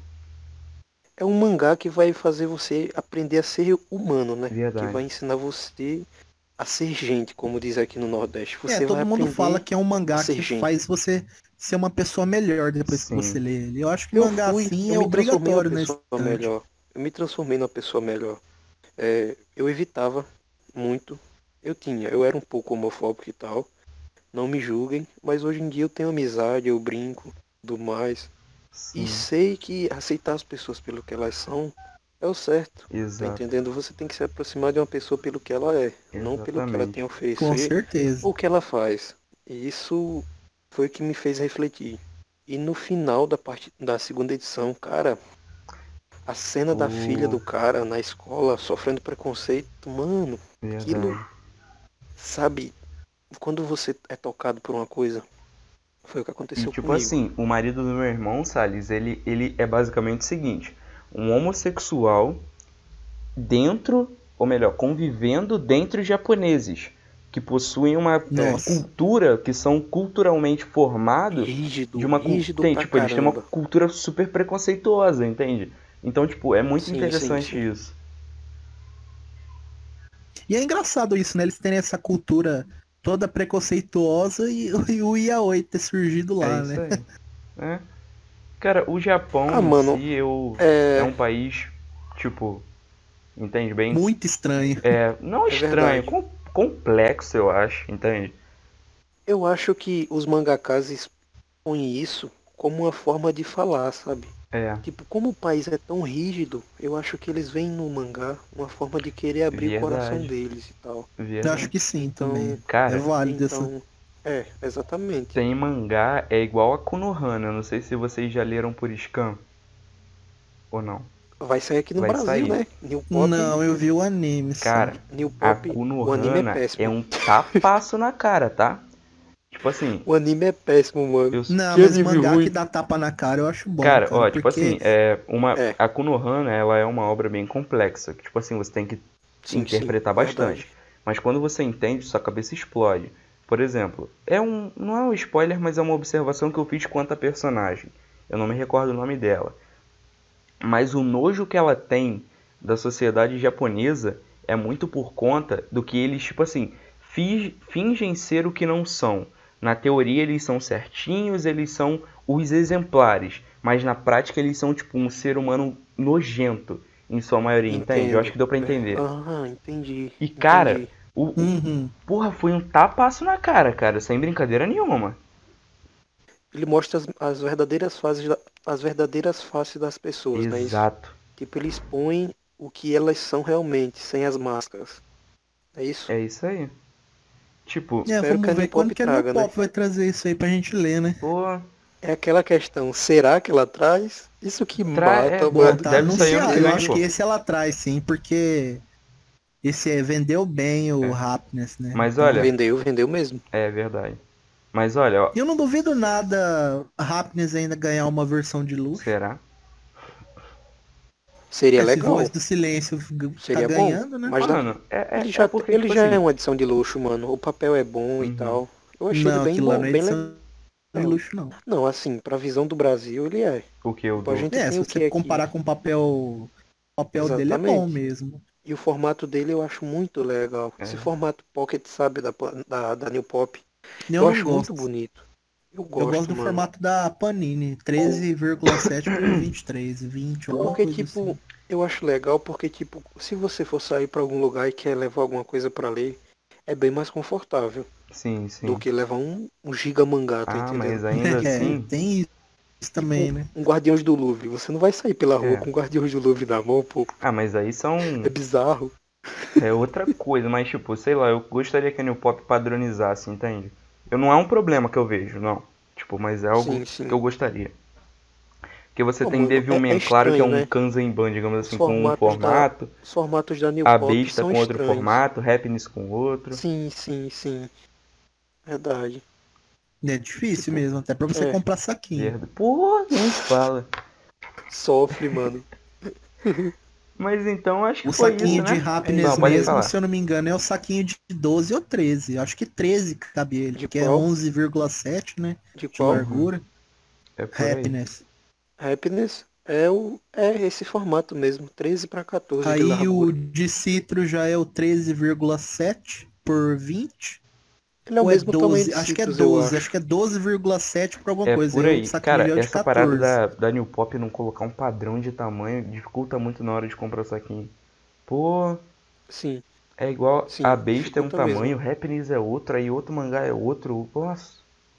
É um mangá que vai fazer você aprender a ser humano, né? Que vai Verdade. ensinar você a ser gente, como diz aqui no Nordeste. É, Você vai todo mundo fala aprender que é um a mangá ser que gente. faz você ser uma pessoa melhor depois que você Sim. lê ele. Eu acho que mangá assim Eu é me transformei numa obrigatório na pessoa estante. melhor. Eu me transformei numa pessoa melhor. Eu evitava muito. Eu era um pouco homofóbico e tal. Não me julguem, mas hoje em dia eu tenho amizade, eu brinco, tudo mais. E Sim. sei que aceitar as pessoas pelo que elas são é o certo. Tá Exato. entendendo? Você tem que se aproximar de uma pessoa pelo que ela é, não pelo que ela tem a Exatamente. Com oferecer certeza. ou o que ela faz. E isso foi o que me fez refletir. E no final da segunda edição, cara, a cena da filha Uh, do cara na escola sofrendo preconceito, mano, aquilo, verdade. sabe, quando você é tocado por uma coisa, foi o que E aconteceu tipo comigo. assim, o marido do meu irmão, Salles, ele é basicamente o seguinte, um homossexual dentro, ou melhor, convivendo dentro de japoneses que possuem uma Nossa. cultura, que são culturalmente formados de uma Rígido tem, pra tipo, eles têm uma caramba. cultura super preconceituosa, entende? Então, tipo, é muito Sim, interessante sim. isso. E é engraçado isso, né? Eles terem essa cultura toda preconceituosa e o Yaoi ter surgido É lá, isso né? aí. É. Cara, o Japão Ah, em mano, si é é, um país, tipo, entende bem? Muito estranho. Não é estranho, verdade. complexo, eu acho, entende? Eu acho que os mangakas expõem isso como uma forma de falar, sabe? É, Tipo, como o país é tão rígido, eu acho que eles veem no mangá uma forma de querer abrir o coração verdade, deles e tal. Eu acho verdade. que sim Então, também. É Cara, válido essa. então, Exatamente. Tem mangá, é igual a Konohana. Eu não sei se vocês já leram por scan ou não. Vai sair aqui no Vai Brasil, sair. né? New Pop. Não, eu vi o anime, Cara, New a Pop, o anime é Konohana péssimo. é um tapaço na cara, tá? Tipo assim, O anime é péssimo, mano. eu... Não, Que mas anime mangá ruim. que dá tapa na cara eu acho bom, Cara, cara, tipo assim, porque É. a Konohana, ela é uma obra bem complexa, que, tipo assim, você tem que Sim, interpretar bastante. verdade. Mas quando você entende, sua cabeça explode. Por exemplo, não é um spoiler, mas é uma observação que eu fiz quanto a personagem. Eu não me recordo o nome dela. Mas o nojo que ela tem da sociedade japonesa é muito por conta do que eles, tipo assim, fingem ser o que não são. Na teoria eles são certinhos, eles são os exemplares, mas na prática eles são tipo um ser humano nojento em sua maioria, entende? Eu acho Entendo. que deu pra entender. Entendi. E cara, Entendi. porra, foi um tapaço na cara, sem brincadeira nenhuma. Ele mostra as verdadeiras faces as verdadeiras faces das pessoas, não é isso? Exato. Tipo, ele expõe o que elas são realmente, sem as máscaras. É isso? É isso aí. Tipo, Espero que vamos a ver New quando Pop que a New traga, né? Pop vai trazer isso aí pra gente ler, né? pô, É aquela questão, será que ela traz? Isso que mata, Bom, mano. tá deve sair ano anunciado, que eu vem, acho pô. que esse ela traz sim, porque esse vendeu bem o Happiness, né? Mas Então, olha, Vendeu mesmo. é verdade. Mas olha, ó, eu não duvido nada a Happiness ainda ganhar uma versão de luxo. será? Seria Se Voz legal. do Silêncio tá Seria bom. ganhando, né? Mas Mano, é porque, ele tipo já é assim. uma edição de luxo, mano. O papel é bom e Uhum. tal. Eu achei ele Não, bem aquilo lá bom, não é bem edição de legal. luxo, não. Não, assim, pra visão do Brasil ele é. O que? O Tipo, a do. gente É, tem se o você que aqui? comparar com o papel dele é bom Exatamente. mesmo. E o formato dele eu acho muito legal. Esse formato pocket, sabe, da New Pop. Eu Eu não acho muito gosto. bonito. Eu Eu gosto gosto, do mano. formato da Panini, 13,7 por 23, 20, alguma Porque, coisa tipo, assim. eu acho legal porque, tipo, se você for sair pra algum lugar e quer levar alguma coisa pra ler, é bem mais confortável Sim, do sim. que levar um giga mangá, tá Ah, entendendo? mas ainda É, assim. tem isso também, Tipo, né? um Guardiões do Louvre. Você não vai sair pela rua É. com um Guardiões do Louvre na mão, pô. Ah, mas aí É são. bizarro. É outra coisa, mas tipo, sei lá, eu gostaria que a New Pop padronizasse, entende? Eu não é um problema que eu vejo, não. Tipo, mas é algo Sim, que sim. eu gostaria. Porque você Pô, tem mano, é Devilman, claro que é estranho, um né? Kanzenban, digamos Os assim, com um formatos formato, os formatos da New a Pop besta são com outro estranhos. formato, Happiness com outro. Sim, sim, sim. Verdade. É difícil Tipo, mesmo, até pra você é, comprar saquinho. Verde. Pô, nem fala. sofre, mano. Mas então acho que O foi isso, saquinho de né? É Happiness Não, isso pode mesmo. mesmo, falar. se eu não me engano, é o saquinho de 12 ou 13. Eu acho que 13 que cabe ele, De porque é qual? 11,7, né? De De qual? largura. É por aí. Happiness. Happiness é esse formato mesmo, 13 para 14 de Aí o largura. de citro já é o 13,7 por 20. Ele é o Ou é mesmo tamanho de 12? Acho que é Citrus, eu 12. Acho acho. que é 12,7 por alguma É coisa. por Aí o aí. saquinho Cara, já é o de essa parada 14. da New Pop não colocar um padrão de tamanho dificulta muito na hora de comprar o saquinho. Pô, Sim, é igual a sim, besta é um dificulta mesmo. tamanho, Happiness é outro, aí outro mangá é outro. Nossa.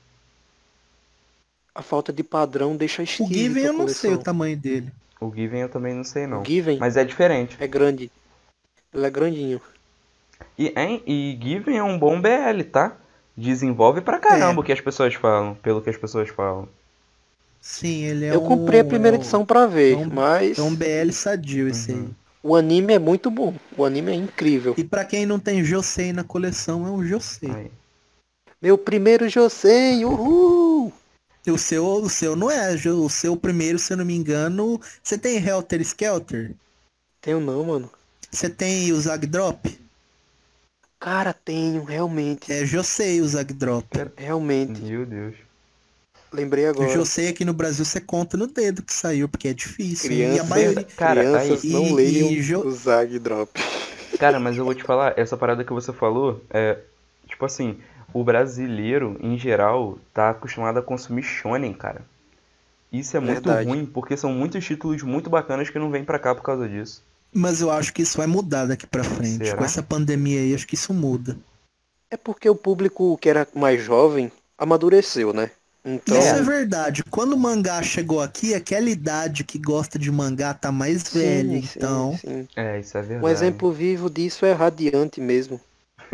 A falta de padrão deixa O Given esquisito a eu não sei o coleção. tamanho dele. O Given eu também não sei O não. Given Mas é diferente. é grande. Ele é grandinho. E Given é um bom BL, tá? Desenvolve pra É, caramba o que as pessoas falam, pelo que as pessoas falam. sim, ele é Eu comprei a um. primeira edição pra É ver, um, é um mas BL sadio esse Uhum. aí. o anime é muito bom. O anime é incrível. E pra quem não tem Josei na coleção, é um Josei. Aí. Meu primeiro Josei, uhul! E o seu não é. O seu primeiro, se eu não me engano. Você tem Helter Skelter? Tenho não, mano. Você tem o Zagdrop? Cara, tenho, realmente. É Josei o Zagdrop. Realmente. Meu Deus. Lembrei O agora. Josei aqui no Brasil você conta no dedo que saiu, porque é difícil. E a maioria. Cara, aí. Crianças não leiam E o Zag Drop. Cara, mas eu vou te falar, essa parada que você falou é. Tipo assim, o brasileiro, em geral, tá acostumado a consumir shonen, cara. Isso é muito Verdade. ruim, porque são muitos títulos muito bacanas que não vêm pra cá por causa disso. Mas eu acho que isso vai mudar daqui pra frente. Será? Com essa pandemia aí, acho que isso muda. É porque o público que era mais jovem amadureceu, né? Então, Isso é verdade. Quando o mangá chegou aqui, aquela idade que gosta de mangá tá mais velha. sim, Então, sim. É, isso é Um verdade. exemplo vivo disso é Radiante mesmo.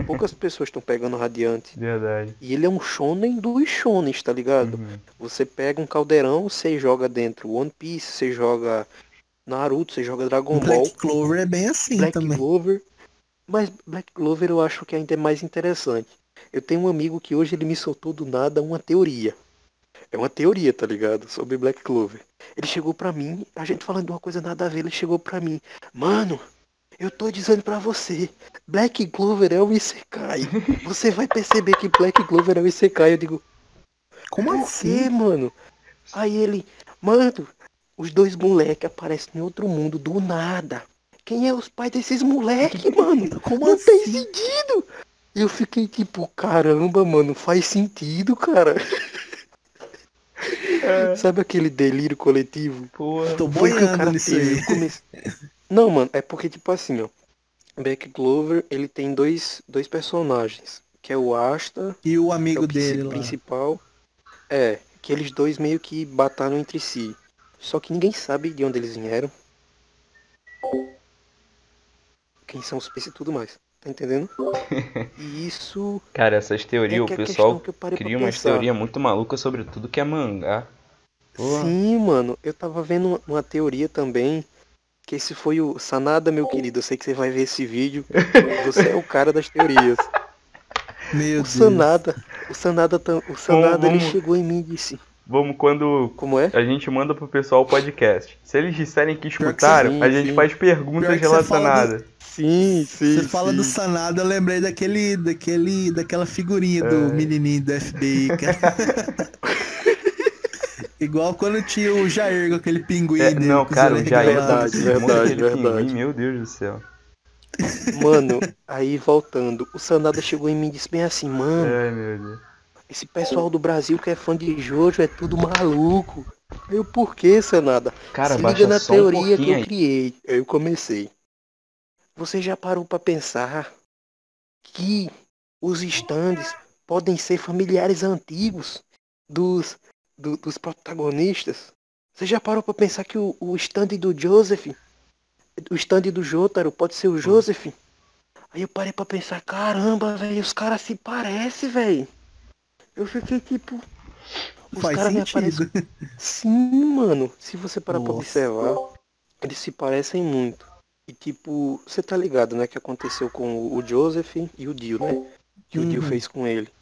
Poucas pessoas estão pegando Radiante. Verdade. E ele é um shonen dos shonens, tá ligado? Uhum. Você pega um caldeirão, você joga dentro One Piece, você joga Naruto, você joga Dragon Ball, Black Clover é bem assim Black também. Clover. Mas Black Clover eu acho que ainda é mais interessante. Eu tenho um amigo que hoje ele me soltou do nada uma teoria. É uma teoria, tá ligado? Sobre Black Clover. Ele chegou pra mim, a gente falando de uma coisa nada a ver, ele chegou pra mim. Mano, eu tô dizendo pra você, Black Clover é um Isekai. Você vai perceber que Black Clover é um Isekai. Eu digo, Como por assim? quê, mano? Aí ele, mano, os dois moleques aparecem em outro mundo do nada. Quem é os pais desses moleques, mano? Como Não assim? tem sentido. Eu fiquei tipo, caramba, mano, faz sentido, cara. Sabe aquele delírio coletivo? Porra. Tô Foi o que o boiando cara nisso teve. aí. Eu comecei... Não, mano, é porque tipo assim, ó. Black Clover, ele tem dois personagens. Que é o Asta, E o que é amigo o dele lá. principal. É, que eles dois meio que batalham entre si. Só que ninguém sabe de onde eles vieram. Quem são os peixes e tudo mais. Tá entendendo? E isso Cara, essas é teorias, o que é a questão pessoal que eu parei pra cria umas pensar. teorias muito malucas sobre tudo que é mangá. Porra. Sim, mano, eu tava vendo uma teoria também, que esse foi o Sanada, meu querido. Eu sei que você vai ver esse vídeo. Você é o cara das teorias. Meu O Deus. Sanada, ele Vamos- chegou em mim e disse, Vamos quando como é? a gente manda pro pessoal o podcast. Se eles disserem que Pior que escutaram, sim, a gente sim. faz perguntas Pior que você fala relacionadas. Sim, sim, Você fala do Sanada, eu lembrei daquela figurinha do menininho do FBI, cara. Igual quando tinha o Jair com aquele pinguim dele. Não, com os cara, o olhos Jair arregalados. cismou com Verdade, aquele pinguim, verdade. meu Deus do céu. Mano, aí voltando, o Sanada chegou em mim e disse bem assim, mano, Ai, meu Deus. esse pessoal do Brasil que é fã de Jojo é tudo maluco. Aí eu, por que, Sanada? Cara, Se baixa liga na só um teoria que pouquinho eu aí. criei. Aí eu comecei. Você já parou pra pensar que os stands podem ser familiares antigos dos protagonistas? Você já parou pra pensar que o stand do Joseph, o stand do Jotaro pode ser o Joseph? Aí eu parei pra pensar, caramba, velho, os caras se parecem, velho. Eu fiquei tipo, os Faz caras me aparecem. sentido. Sim, mano. Se você parar pra Nossa. observar, eles se parecem muito. E tipo, você tá ligado, né, que aconteceu com o Joseph e o Dio, né? Que o Dio Uhum. fez com ele.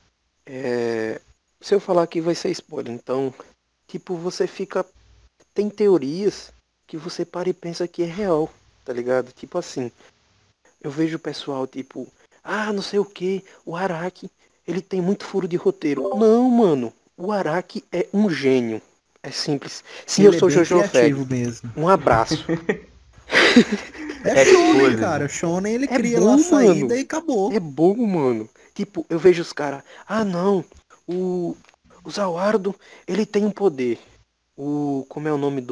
Se eu falar aqui vai ser spoiler, então, tipo, você fica. Tem teorias que você para e pensa que é real, tá ligado? Tipo assim, eu vejo o pessoal, tipo, não sei o que, o Araki, ele tem muito furo de roteiro. Não, mano, o Araki é um gênio. É simples. Sim, Ele eu sou é bem Jojo criativo Fett. mesmo. Um abraço. É shonen, Exposed. cara. O shonen ele É cria bom, lá a saída mano. e acabou. É bom, mano. Tipo, eu vejo os caras, não, o Zawardo, ele tem um poder. Como é o nome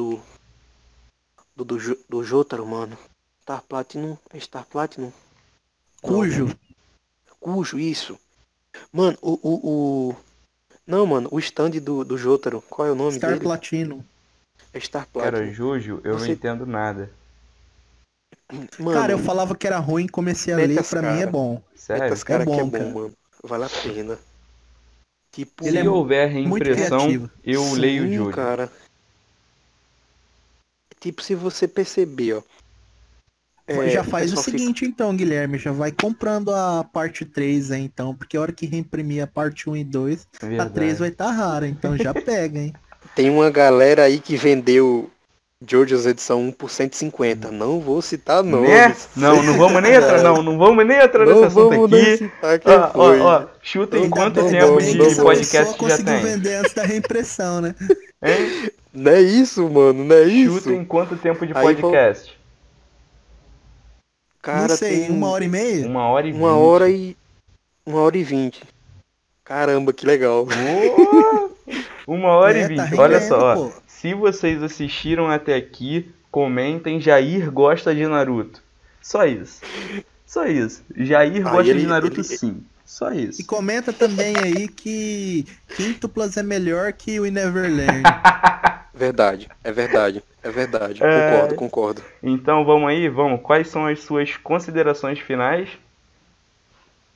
do Jotaro, mano? Star Platinum. Cujo. Cujo, isso. Mano, não, mano, o stand do Jotaro, qual é o nome Star dele? Platinum. É Star Cara, Platinum. Jojo, eu não Você- entendo nada. Mano, Cara, eu falava que era ruim, comecei a mete ler, as pra mim é cara. bom. Sério? As cara É que é bom, bom, cara. mano. Vale a pena. Tipo, Ele Se é houver muito reimpressão, criativo. eu leio sim, Jojo. cara. Tipo, se você perceber, ó. Já faz o pessoal fica- seguinte então, Guilherme, já vai comprando a parte 3 aí então, porque a hora que reimprimir a parte 1 e 2, a Verdade. 3 vai estar rara, então já pega, hein? Tem uma galera aí que vendeu Jojo's edição 1 por 150. Não vou citar Né? nomes. Não vamos nem entrar, não vamos nem entrar nesse Não assunto vamos nem aqui. citar quem foi. Chuta em Não quanto vamos, tempo não de vamos. podcast pessoa já conseguiu tem? vender antes da reimpressão, né? Hein? Não é isso, mano, não é Chuta isso. em quanto tempo de Aí podcast? Cara, Não sei, tem 1h30? 1h20. 1h20. Caramba, que legal. Boa! 1h20. Tá Olha rendendo, só, pô. se vocês assistiram até aqui, comentem Jair gosta de Naruto. Só isso. Só isso. Jair gosta de Naruto sim. Só isso. E comenta também aí que Quíntuplas é melhor que o Neverland. Verdade, é verdade. Concordo. Então vamos aí, vamos. Quais são as suas considerações finais?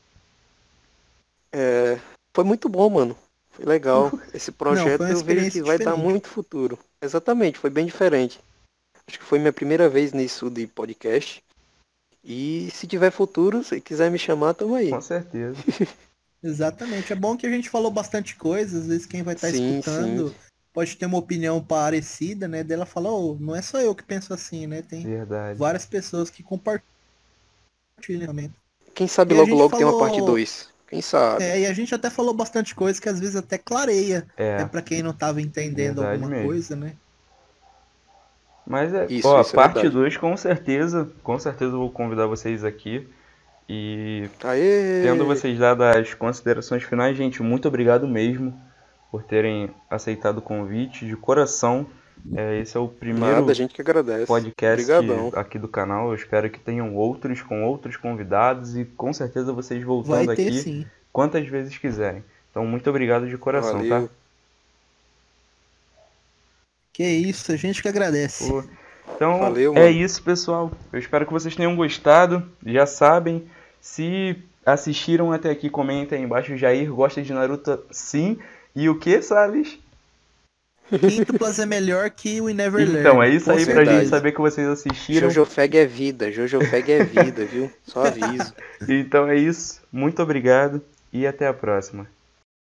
Foi muito bom, mano. Foi legal. Esse projeto foi uma eu vejo que experiência vai dar diferente. muito futuro. Exatamente, foi bem diferente. Acho que foi minha primeira vez nisso de podcast. E se tiver futuro, se quiser me chamar, tamo aí. Com certeza. Exatamente. É bom que a gente falou bastante coisa, às vezes quem vai estar Sim, escutando pode ter uma opinião parecida, né? Dela fala, oh, não é só eu que penso assim, né? Tem Verdade. várias pessoas que compartilham também. Quem sabe E a logo gente logo tem uma falou- parte 2. Quem sabe? E a gente até falou bastante coisa que às vezes até clareia, É, para quem não tava entendendo verdade alguma mesmo. coisa, né? Mas Isso ó, é parte verdade. 2 com certeza eu vou convidar vocês aqui. E Aê! tendo vocês dado as considerações finais, gente, muito obrigado mesmo por terem aceitado o convite de coração. Esse é o primeiro Nada, a gente que agradece. podcast Obrigadão. aqui do canal. Eu espero que tenham outros com outros convidados e com certeza vocês Vai voltando ter aqui sim. quantas vezes quiserem. Então, muito obrigado de coração, Valeu. tá? Que isso, a gente que agradece. Pô, então, Valeu, é mano. isso, pessoal. Eu espero que vocês tenham gostado. Já sabem, se assistiram até aqui, comentem aí embaixo. Jair gosta de Naruto? Sim. E o que, Salles? Quíntuplas é melhor que o We Never Learn. Então, é isso com aí pra certeza. gente saber que vocês assistiram. Jojo Fag é vida. Jojo Fag é vida, viu? Só aviso. Então é isso. Muito obrigado e até a próxima.